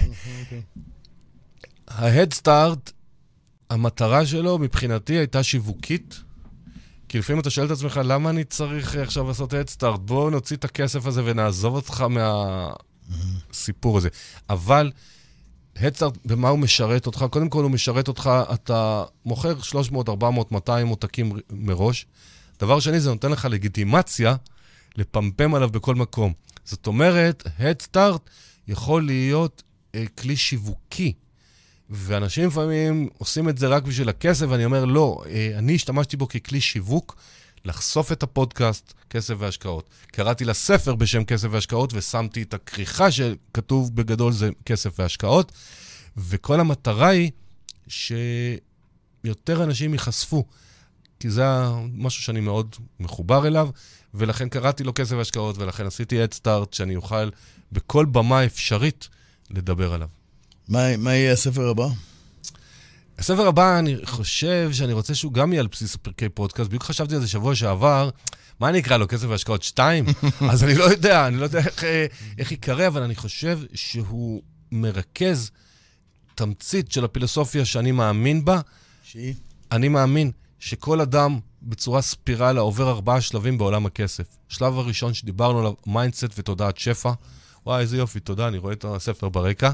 ה-Head Start, המטרה שלו מבחינתי הייתה שיווקית, כי לפעמים אתה שואל את עצמך, למה אני צריך עכשיו לעשות Head Start? בואו נוציא את הכסף הזה ונעזוב אותך מהסיפור הזה. אבל Head Start, במה הוא משרת אותך? קודם כל הוא משרת אותך, אתה מוכר 300, 400, 200 מותקים מראש. דבר שני, זה נותן לך לגיטימציה לפמפם עליו בכל מקום. זאת אומרת, Head Start יכול להיות כלי שיווקי, ואנשים לפעמים עושים את זה רק בשביל הכסף, ואני אומר, לא, אני השתמשתי בו ככלי שיווק, לחשוף את הפודקאסט, כסף והשקעות. קראתי לספר בשם כסף והשקעות, ושמתי את הכריכה שכתוב בגדול זה כסף והשקעות, וכל המטרה היא שיותר אנשים ייחשפו, כי זה משהו שאני מאוד מחובר אליו, ולכן קראתי לו כסף והשקעות, ולכן עשיתי Head Start, שאני אוכל בכל במה אפשרית לדבר עליו. מה יהיה הספר הבא? הספר הבא, אני חושב שאני רוצה שהוא גם יהיה על בסיס פרקי פודקאסט. בדיוק חשבתי על זה שבוע שעבר, מה אני אקרא לו? כסף והשקעות 2? אז אני לא יודע איך יקרא, אבל אני חושב שהוא מרכז תמצית של הפילוסופיה שאני מאמין בה. אני מאמין שכל אדם בצורה ספירלה עובר 4 שלבים בעולם הכסף. השלב הראשון שדיברנו עליו, מיינדסט ותודעת שפע, וואי, איזה יופי, תודה, אני רואה את הספר ברקע.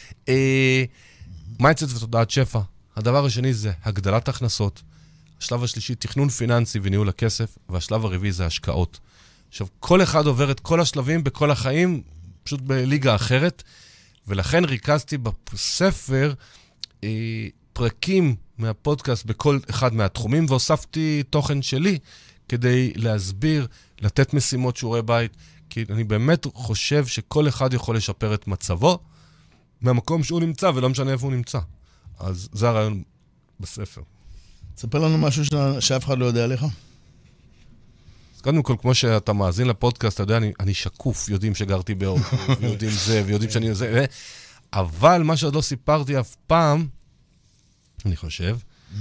מיינדסט ותודעת שפע. הדבר השני זה הגדלת הכנסות. השלב השלישי, תכנון פיננסי וניהול הכסף, והשלב הרביעי זה השקעות. עכשיו, כל אחד עובר את כל השלבים בכל החיים, פשוט בליגה אחרת, ולכן ריכזתי בספר פרקים מהפודקאסט בכל אחד מהתחומים, והוספתי תוכן שלי כדי להסביר, לתת משימות שיעורי בית, כי אני באמת חושב שכל אחד יכול לשפר את מצבו מהמקום שהוא נמצא, ולא משנה איפה הוא נמצא. אז זה הרעיון בספר. תספר לנו משהו שאף אחד לא יודע עליך. אז קודם כל, כמו שאתה מאזין לפודקאסט, אתה יודע, אני שקוף, יודעים שגרתי באור, ויודעים זה, ויודעים שאני זה, אבל מה שעוד לא סיפרתי אף פעם, אני חושב,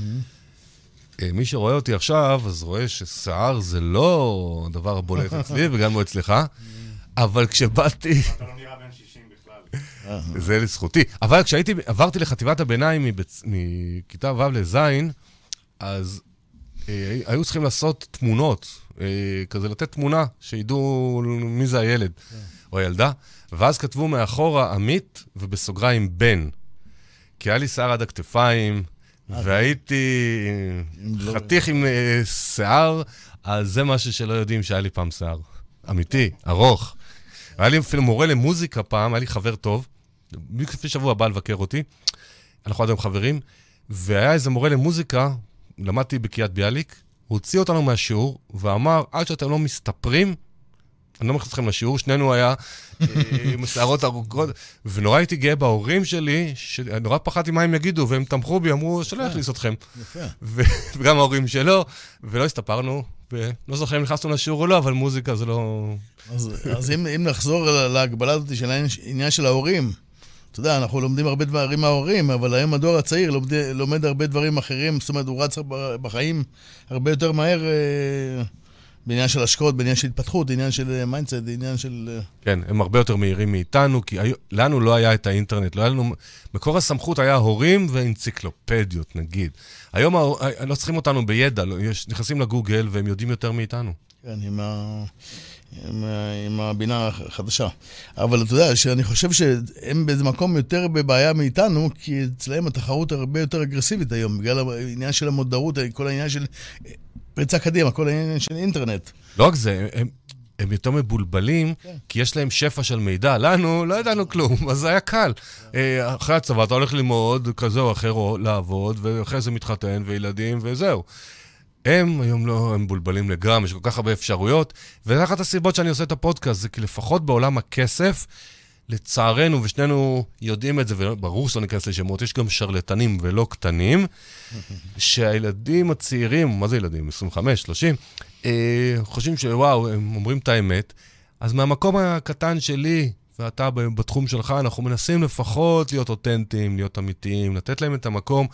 מי שרואה אותי עכשיו, אז רואה ששיער זה לא הדבר הבולט אצלי, וגם לא אצלך, אבל כשבאתי... אתה לא נראה בן 60 בכלל. זה לזכותי. אבל כשעברתי לחטיבת הביניים מכיתה ו' לזין, אז היו צריכים לעשות תמונות, כזה לתת תמונה, שידעו מי זה הילד או הילדה, ואז כתבו מאחורה עמית ובסוגריים בן. כי היה לי שיער עד הכתפיים, והייתי חתיך עם שיער, אז זה משהו שלא יודעים שהיה לי פעם שיער. אמיתי, ארוך. היה לי אפילו מורה למוזיקה פעם, היה לי חבר טוב, לפני שבוע בא לבקר אותי, אנחנו עד היום חברים, והיה איזה מורה למוזיקה, למדתי בקריית ביאליק, הוא הוציא אותנו מהשיעור, ואמר, עד שאתם לא מסתפרים, אני לא מכניס אתכם לשיעור, שנינו היה עם שערות ארוכות, ונורא הייתי גאה בהורים שלי, שנורא פחדתי מה הם יגידו, והם תמכו בי, אמרו, שלא יכניס אתכם. וגם ההורים שלו, ולא הסתפרנו, ולא זוכר אם נכנסנו לשיעור או לא, אבל מוזיקה זה לא... אז אם נחזור להגבלה הזאת של העניין של ההורים, אתה יודע, אנחנו לומדים הרבה דברים מההורים, אבל היום הדור הצעיר לומד הרבה דברים אחרים, זאת אומרת, הוא רץ בחיים הרבה יותר מהר בעניין של השקעות, בעניין של התפתחות, בעניין של מיינדסט, בעניין של... כן, הם הרבה יותר מהירים מאיתנו, כי לנו לא היה את האינטרנט, לא היה לנו... מקור הסמכות היה הורים ואנציקלופדיות, נגיד. היום לא צריכים אותנו בידע, נכנסים לגוגל והם יודעים יותר מאיתנו. כן, עם הבינה החדשה. אבל אתה יודע, שאני חושב שהם באיזה מקום יותר בבעיה מאיתנו, כי אצלהם התחרות הרבה יותר אגרסיבית היום, בגלל העניין של המודעות, כל העניין של פריצה קדימה, כל העניין של אינטרנט. לא רק זה, הם יותר מבולבלים, כי יש להם שפע של מידע. לנו, לא ידענו כלום, אז זה היה קל. אחרי הצבא, אתה הולך ללמוד כזה או אחר, או לעבוד, ואחרי זה מתחתן, וילדים, וזהו. הם היום לא, הם בולבלים לגרם, יש כל כך הרבה אפשרויות, וזה אחת הסיבות שאני עושה את הפודקאסט, זה כי לפחות בעולם הכסף, לצערנו, ושנינו יודעים את זה, וברור שלא ניכנס לשמות, יש גם שרלטנים ולא קטנים, שהילדים הצעירים, מה זה ילדים? 25, 30, חושבים שוואו, הם אומרים את האמת, אז מהמקום הקטן שלי, ואתה בתחום שלך, אנחנו מנסים לפחות להיות אותנטיים, להיות אמיתיים, לתת להם את המקום,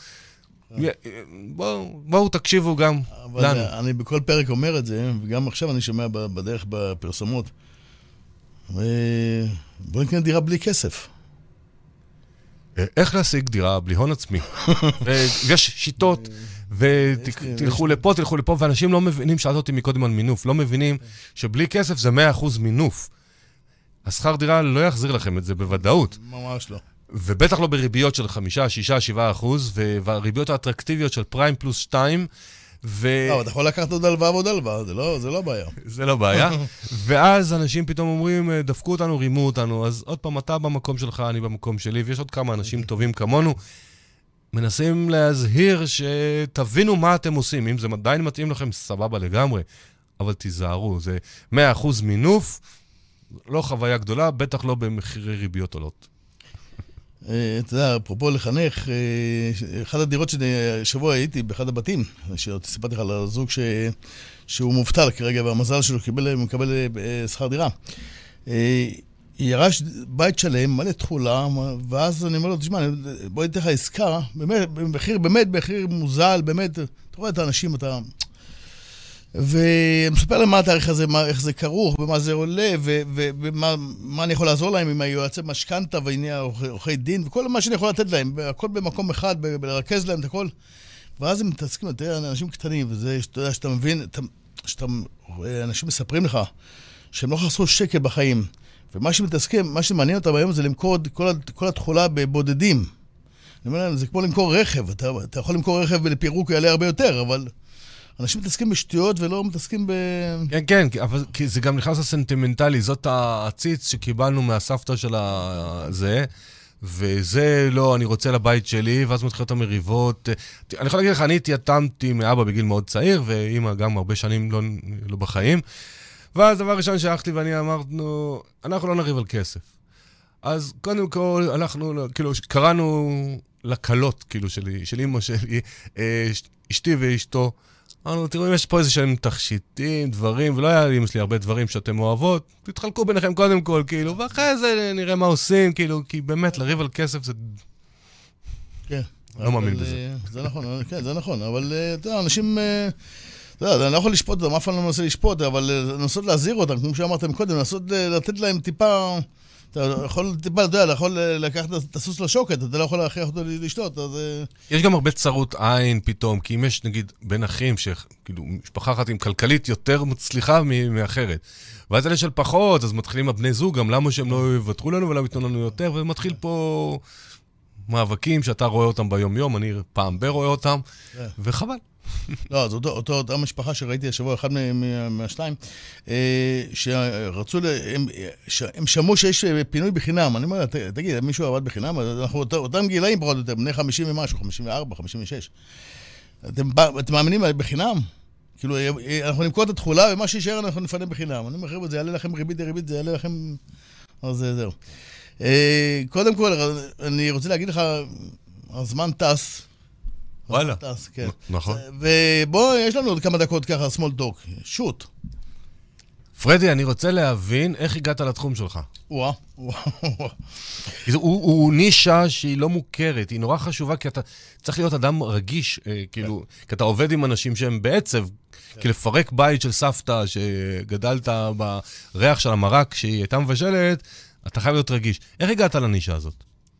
בואו תקשיבו גם לנו. אני בכל פרק אומר את זה, וגם עכשיו אני שומע בדרך בפרסומות. בואו נקנה דירה בלי כסף. איך להשיג דירה בלי הון עצמי? ויש שיטות, ותלכו לפה, תלכו לפה, ואנשים לא מבינים, שאלת אותי מקודם על מינוף, לא מבינים שבלי כסף זה 100% מינוף. השכר דירה לא יחזיר לכם את זה בוודאות. ממש לא. ובטח לא בריביות של 5, 6, 7%, והריביות האטרקטיביות של פריים פלוס 2, לא, אתה יכול לקחת עוד הלוואה ועוד הלוואה, זה לא בעיה. זה לא בעיה. ואז אנשים פתאום אומרים, דפקו אותנו, רימו אותנו, אז עוד פעם, אתה במקום שלך, אני במקום שלי, ויש עוד כמה אנשים טובים כמונו, מנסים להזהיר שתבינו מה אתם עושים, אם זה עדיין מתאים לכם, סבבה לגמרי, אבל תיזהרו, זה 100% מינוף, לא חוויה גדולה, בטח לא במחירי ריביות עולות. אתה יודע, אפרופו לחנך, אחת הדירות שבוע הייתי באחד הבתים, סיפרתי לך על הזוג שהוא מובטל כרגע, והמזל שלו מקבל שכר דירה. ירש בית שלם, מלא תחולה, ואז אני אומר לו, תשמע, בוא ניתן לך עסקה, במחיר מוזל, באמת, אתה רואה את האנשים, אתה... ומספר להם מה התאריך הזה, איך זה כרוך, במה זה עולה, ומה אני יכול לעזור להם עם היועצי משכנתא, והנה עורכי דין, וכל מה שאני יכול לתת להם, הכל במקום אחד, בלרכז להם את הכל. ואז הם מתעסקים, תראה, אנשים קטנים, וזה, אתה יודע, שאתה מבין, אנשים מספרים לך, שהם לא חסרו שקל בחיים, ומה שמתעסקים, מה שמעניין אותם היום זה למכור כל התחולה בבודדים. אני אומר להם, זה כמו למכור רכב. אתה יכול למכור רכב ולפירוק יעלה הרבה יותר, אבל אנשים מתעסקים בשטויות ולא מתעסקים כן, אבל זה גם נכנס לסנטימנטלי. זאת הציץ שקיבלנו מהסבתא של זה, וזה לא, אני רוצה לבית שלי, ואז מתחילות המריבות. אני יכול להגיד לך, אני התייתמתי מאבא בגיל מאוד צעיר, ואמא גם הרבה שנים לא בחיים. ואז דבר ראשון שהלכתי ואני אמרנו, אנחנו לא נריב על כסף. אז קודם כל, אנחנו, כאילו, קראנו לקלות, כאילו, של אמא שלי, אשתי ואשתו. אמרנו, תראו, אם יש פה איזה שהם תכשיטים, דברים, ולא היה לי הרבה דברים שאתם אוהבות, תתחלקו ביניכם קודם כל, כאילו, ואחרי זה נראה מה עושים, כאילו, כי באמת, לריב על כסף זה... כן. לא מאמין בזה. זה נכון, כן, זה נכון, אבל, אתה יודע, אנשים... אני לא יכול לשפוט אותם, אף פעם לא מנסה לשפוט, אבל לנסות להזהיר אותם, כמו שאמרתם קודם, לנסות לתת להם טיפה, אתה יכול טיפה, אתה יודע, יכול לקחת את הסוס לשוקת, אתה לא יכול להכריח אותו לשתות, אז... יש גם הרבה צרות עין פתאום, כי אם יש, נגיד, בין אחים, שכאילו, משפחה אחת עם כלכלית יותר מצליחה מאחרת, ואז אלה של פחות, אז מתחילים הבני זוג, גם למה שהם לא יוותרו לנו ולא יתנו לנו יותר, ומתחיל פה מאבקים שאתה רואה אותם ביום-יום, אני פעם רואה אותם, וחבל. לא, אז אותה משפחה שראיתי השבוע, אחד מהשתיים, שרצו, הם שמעו שיש פינוי בחינם. אני אומר, תגיד, מישהו עבד בחינם? אנחנו אותם גילאים פחות או יותר, בני 50 ומשהו, 54, 56. אתם מאמינים בחינם? כאילו, אנחנו נמכור את התחולה, ומה שישאר אנחנו נפנה בחינם. אני אומר, חבר'ה, זה יעלה לכם ריבית, זה יעלה לכם... אז זהו. קודם כל, אני רוצה להגיד לך, הזמן טס, וואלה. כן. נכון. ובוא, יש לנו עוד כמה דקות ככה, small talk. שוט. פרדי, אני רוצה להבין איך הגעת לתחום שלך. הוא נישה שהיא לא מוכרת, היא נורא חשובה, כי אתה צריך להיות אדם רגיש, כאילו, כי אתה עובד עם אנשים שהם בעצב, כי לפרק בית של סבתא שגדלת בריח של המרק שהיא הייתה מבשלת, אתה חייב להיות רגיש. איך הגעת לנישה הזאת?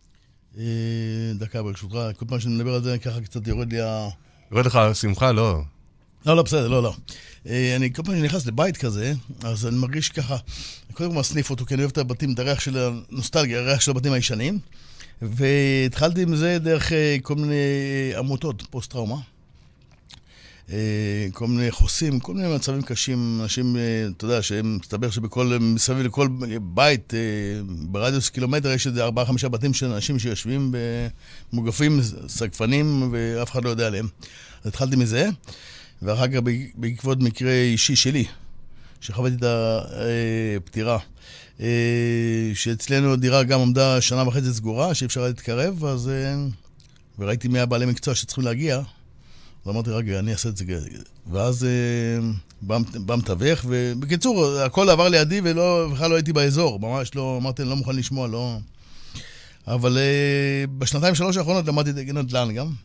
דקה, ברשותך, כל פעם שאני מדבר על זה, ככה קצת יורד לי יורד לך שמחה? לא. לא, בסדר, לא. אני כל פעם שאני נכנס לבית כזה, אז אני מרגיש ככה, קודם כל מסניף אותו, כי אני אוהב את הבתים, את הריח של הנוסטלגיה, הריח של הבתים הישנים, והתחלתי עם זה דרך כל מיני עמותות, פוסט-טראומה, כל מיני חוסים, כל מיני מצבים קשים, אנשים, אתה יודע, שהם מסתבר מסביב לכל בית, ברדיוס קילומטר, יש איזה 4-5 בתים של אנשים שיושבים במוגפים, סגפנים, ואף אחד לא יודע עליהם. אז התחלתי מזה, ואחר כך בעקבות מקרה אישי שלי, שחוויתי את הפטירה, שאצלנו דירה גם עמדה 1.5 שנה סגורה, שאי אפשר להתקרב, אז... וראיתי 100 בעלי מקצוע שצריכים להגיע, אז אמרתי, רגע, אני אעשה את זה. ואז בא מתווך, ובקיצור, הכל עבר לידי, ובכלל לא הייתי באזור, ממש לא, אמרתי, אני לא מוכן לשמוע, לא... אבל בשנתיים 3 האחרונות למדתי את נדל"ן גם,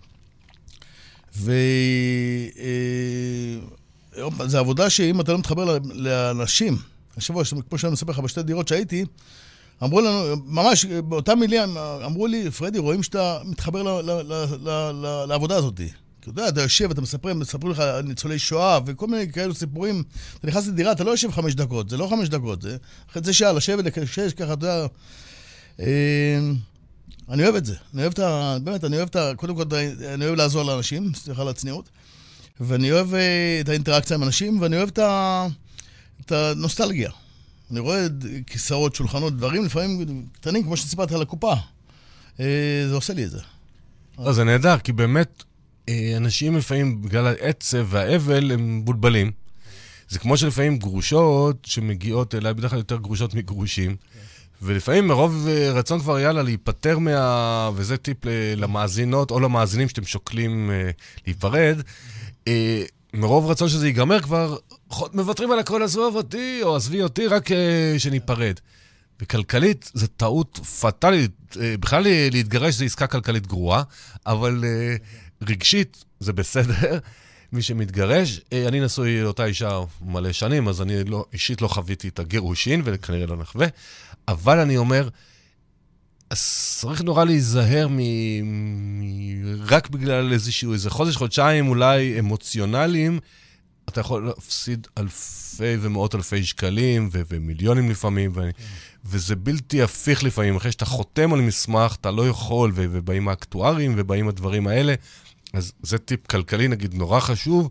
זו עבודה שאם אתה לא מתחבר לאנשים, השבוע, כמו שאני מספר לך, בשתי דירות שהייתי, אמרו לנו, ממש באותם מילים, אמרו לי, פרדי, רואים שאתה מתחבר לעבודה הזאת. כי אתה יושב, אתה מספרים לך ניצולי שואה וכל מיני כאלו סיפורים. אתה נכנס לדירה, אתה לא יושב 5 דקות, זה לא 5 דקות, זה חצי שעה, לשבת, לקשש, ככה, אתה יודע. אני אוהב את זה. באמת, קודם כל, אני אוהב לעזור לאנשים, סליחה על הצניעות, ואני אוהב את האינטראקציה עם אנשים, ואני אוהב את הנוסטלגיה. אני רואה כיסאות, שולחנות, דברים לפעמים קטנים, כמו שסיפרתי על הקופה. זה עושה לי את זה. לא, זה נהדר, כי באמת, אנשים לפעמים, בגלל העצב והאבל, הם בולבלים. זה כמו שלפעמים גרושות שמגיעות אליי, בדרך כלל יותר גרושות מגרושים, ולפעמים מרוב רצון כבר יאללה להיפטר וזה טיפ למאזינות או למאזינים שאתם שוקלים להיפרד, מרוב רצון שזה ייגמר כבר, מוותרים על הכל, עזוב אותי או עזבי אותי, רק שניפרד. וכלכלית זה טעות פטלית, בכלל להתגרש זה עסקה כלכלית גרועה, אבל רגשית זה בסדר. מי שמתגרש, אני נשוי לאותה אישה מלא שנים, אז אני אישית לא חוויתי את הגירושין, וכנראה לא נחווה, אבל אני אומר, צריך נורא להיזהר רק בגלל איזה חודש, חודשיים אולי אמוציונליים, אתה יכול להפסיד אלפי ומאות אלפי שקלים, ומיליונים לפעמים, וזה בלתי הפיך לפעמים. אחרי שאתה חותם על מסמך, אתה לא יכול, ובאים האקטוארים, ובאים הדברים האלה. אז זה טיפ כלכלי, נגיד, נורא חשוב.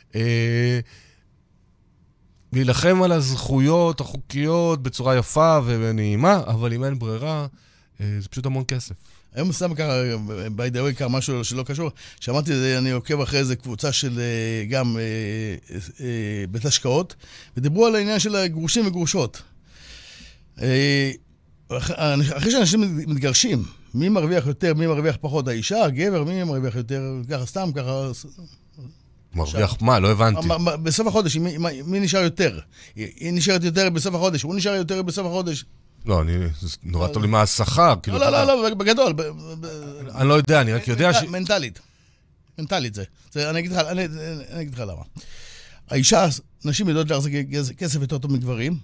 להילחם על הזכויות החוקיות בצורה יפה ונעימה, אבל אם אין ברירה, זה פשוט המון כסף. היום סתם ככה, by the way, ככה משהו שלא קשור. שמעתי, אני עוקב אחרי איזה קבוצה של גם בית השקעות, ודיברו על העניין של הגרושים וגרושות. אחרי שאנשים מתגרשים, מי מרוויח יותר, מי מרוויח פחות? האישה, הגבר, מי מרוויח יותר? ככה סתם, ככה... מרוויח מה? לא הבנתי. בסוף החודש, מי נשאר יותר? היא נשארת יותר בסוף החודש, הוא נשאר יותר בסוף החודש. לא, זה נורא תולי מה השכר. לא, בגדול. אני לא יודע, אני רק יודע מנטלית זה. אני אגיד לך למה. האישה, נשים יודעות להחזיק כסף יותר טוב מגברים.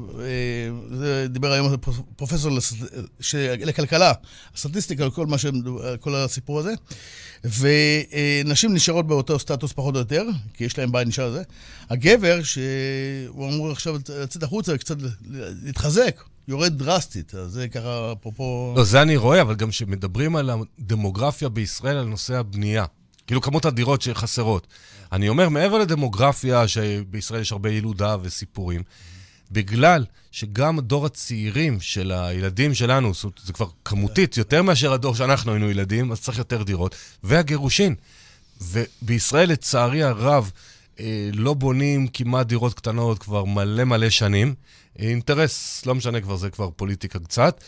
זה דיבר היום פרופסור לכלכלה, הסטטיסטיקה על כל הסיפור הזה. ונשים נשארות באותו סטטוס פחות או יותר, כי יש להם בית נשאר לזה. הגבר, שהוא אמור עכשיו לצאת החוצה וקצת להתחזק, יורד דרסטית, אז זה ככה אפרופו... לא, זה אני רואה, אבל גם שמדברים על הדמוגרפיה בישראל, על נושא הבנייה. כאילו כמות הדירות שחסרות. אני אומר, מעבר לדמוגרפיה, שבישראל יש הרבה ילודה וסיפורים, בגלל שגם הדור הצעירים של הילדים שלנו, זה כבר כמותית, יותר מאשר הדור שאנחנו היינו ילדים, אז צריך יותר דירות, והגירושין. ובישראל, לצערי הרב, לא בונים כמעט דירות קטנות כבר מלא שנים. אינטרס, לא משנה כבר, זה כבר פוליטיקה קצת.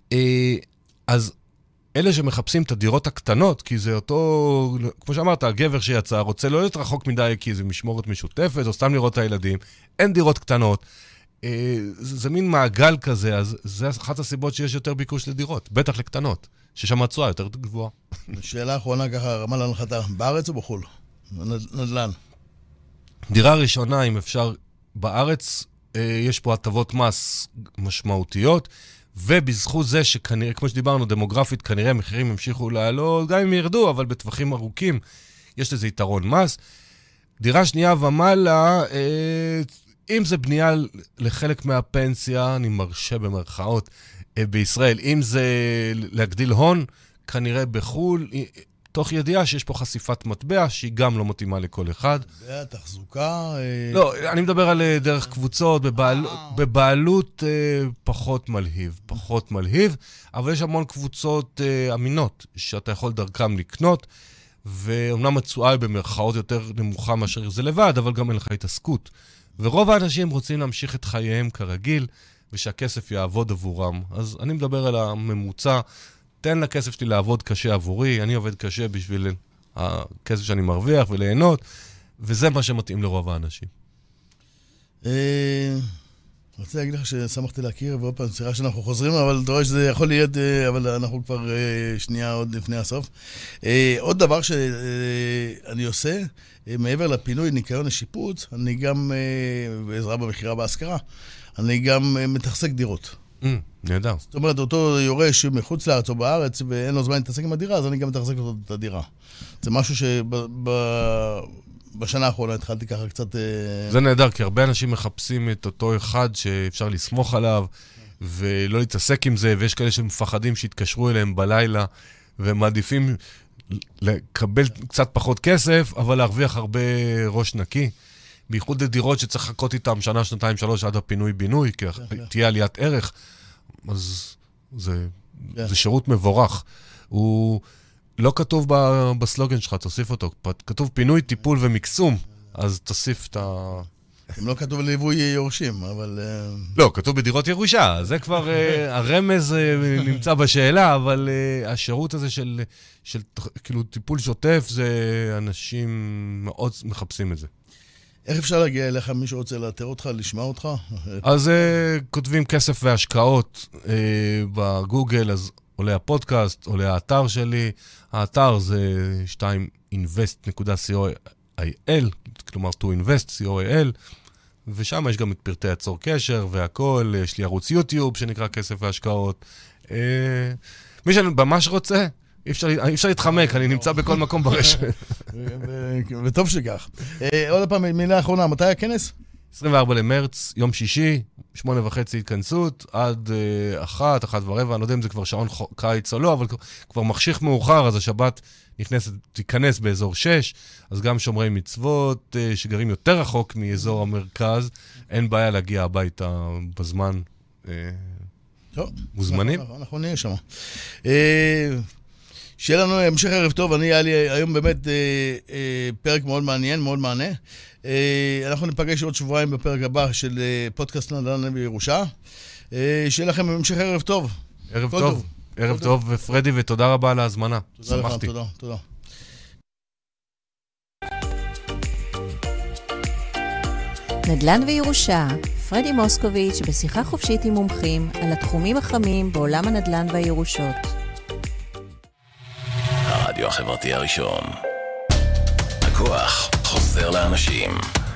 אז אלה שמחפשים את הדירות הקטנות, כי זה אותו, כמו שאמרת, הגבר שיצא, רוצה לא להיות רחוק מדי, כי זה משמורת משותפת, או סתם לראות את הילדים. אין דירות קטנות. זה מין מעגל כזה, אז זה אחת הסיבות שיש יותר ביקוש לדירות, בטח לקטנות, ששם התשואה יותר גבוהה. שאלה האחרונה ככה, רמה להנחתה, בארץ או בחול? נדל"ן. דירה ראשונה, אם אפשר, בארץ, יש פה הטבות מס משמעותיות, ובזכות זה שכנראה, כמו שדיברנו, דמוגרפית, כנראה מחירים ימשיכו לעלות, גם אם ירדו, אבל בטווחים ארוכים, יש לזה יתרון מס. דירה שנייה ומעלה, אם זה בנייה לחלק מהפנסיה, אני מרשה במרכאות בישראל, אם זה להגדיל הון, כנראה בחול, תוך ידיעה שיש פה חשיפת מטבע, שהיא גם לא מתאימה לכל אחד. והתחזוקה... לא, אני מדבר על דרך קבוצות, בבעלות פחות מלהיב, אבל יש המון קבוצות אמינות, שאתה יכול דרכם לקנות, ואומנם התשואה היא במרכאות יותר נמוכה מאשר זה לבד, אבל גם אין לך התעסקות. ורוב האנשים רוצים להמשיך את חייהם כרגיל, ושהכסף יעבוד עבורם. אז אני מדבר על הממוצע, תן לכסף שלי לעבוד קשה עבורי, אני עובד קשה בשביל הכסף שאני מרוויח וליהנות, וזה מה שמתאים לרוב האנשים. רוצה להגיד לך ששמחתי להכיר, ועוד פעם, סליחה שאנחנו חוזרים, אבל אתה רואה שזה יכול להיות, אבל אנחנו כבר שנייה עוד לפני הסוף. עוד דבר שאני עושה, מעבר לפינוי, ניקיון השיפוץ, אני גם, בעזרה במחירה בהשכרה, אני גם מתחזק דירות. נהדר. זאת אומרת, אותו יורש מחוץ לארץ או בארץ, ואין לו זמן להתעסק עם הדירה, אז אני גם מתחזק אותו את הדירה. זה משהו שבשנה האחרונה התחלתי ככה קצת... זה נהדר, כי הרבה אנשים מחפשים את אותו אחד שאפשר לסמוך עליו, ולא להתעסק עם זה, ויש כאלה שמפחדים שיתקשרו אליהם בלילה, ומעדיפים לקבל קצת פחות כסף, אבל להרוויח הרבה ראש נקי. בייחוד לדירות שצריך לחכות איתם שנה, שנתיים, 3 עד הפינוי-בינוי, כי תהיה עליית ערך. אז זה שירות מבורך. הוא לא כתוב בסלוגן שלך, תוסיף אותו. כתוב פינוי, טיפול ומקסום, אז תוסיף את ה... אם לא כתוב ליווי יורשים, אבל... לא, כתוב בדירות ירושה. זה כבר, הרמז נמצא בשאלה, אבל השירות הזה של כאילו טיפול שוטף, זה אנשים מאוד מחפשים את זה. איך אפשר להגיע אליך, מי שרוצה לאתר אותך, לשמוע אותך? אז כותבים כסף והשקעות בגוגל, אז עולה הפודקאסט, עולה האתר שלי. האתר זה 2invest.co.il, כלומר to invest, co.il, ושם יש גם את פרטי הצור קשר והכל, יש לי ערוץ יוטיוב שנקרא כסף והשקעות. מי שממש רוצה, אי אפשר להתחמק, אני נמצא בכל מקום ברשת. וטוב שכך. עוד פעם, מילה אחרונה, מתי הכנס? 24 למרץ, יום שישי, 8:30 התכנסות, עד 1:15, אני לא יודע אם זה כבר שעון קיץ או לא, אבל כבר מחשיך מאוחר, אז השבת תיכנס באזור 6, אז גם שומרי מצוות שגרים יותר רחוק מאזור המרכז, אין בעיה להגיע הביתה בזמן. מוזמנים? אנחנו נהיה שם. שיהיה לנו המשך ערב טוב, היה לי היום באמת פרק מאוד מעניין, מאוד מענה. אנחנו ניפגש עוד שבועיים בפרק הבא של פודקאסט נדל"ן וירושה. שיהיה לכם המשך ערב טוב. ערב טוב. ערב טוב, פרדי, ותודה רבה על ההזמנה. תודה לך, תודה. נדל"ן וירושה, פרדי מוסקוביץ' בשיחה חופשית עם מומחים על התחומים החמים בעולם הנדל"ן והירושות. הרדיו החברתי הראשון. הכוח חוזר לאנשים.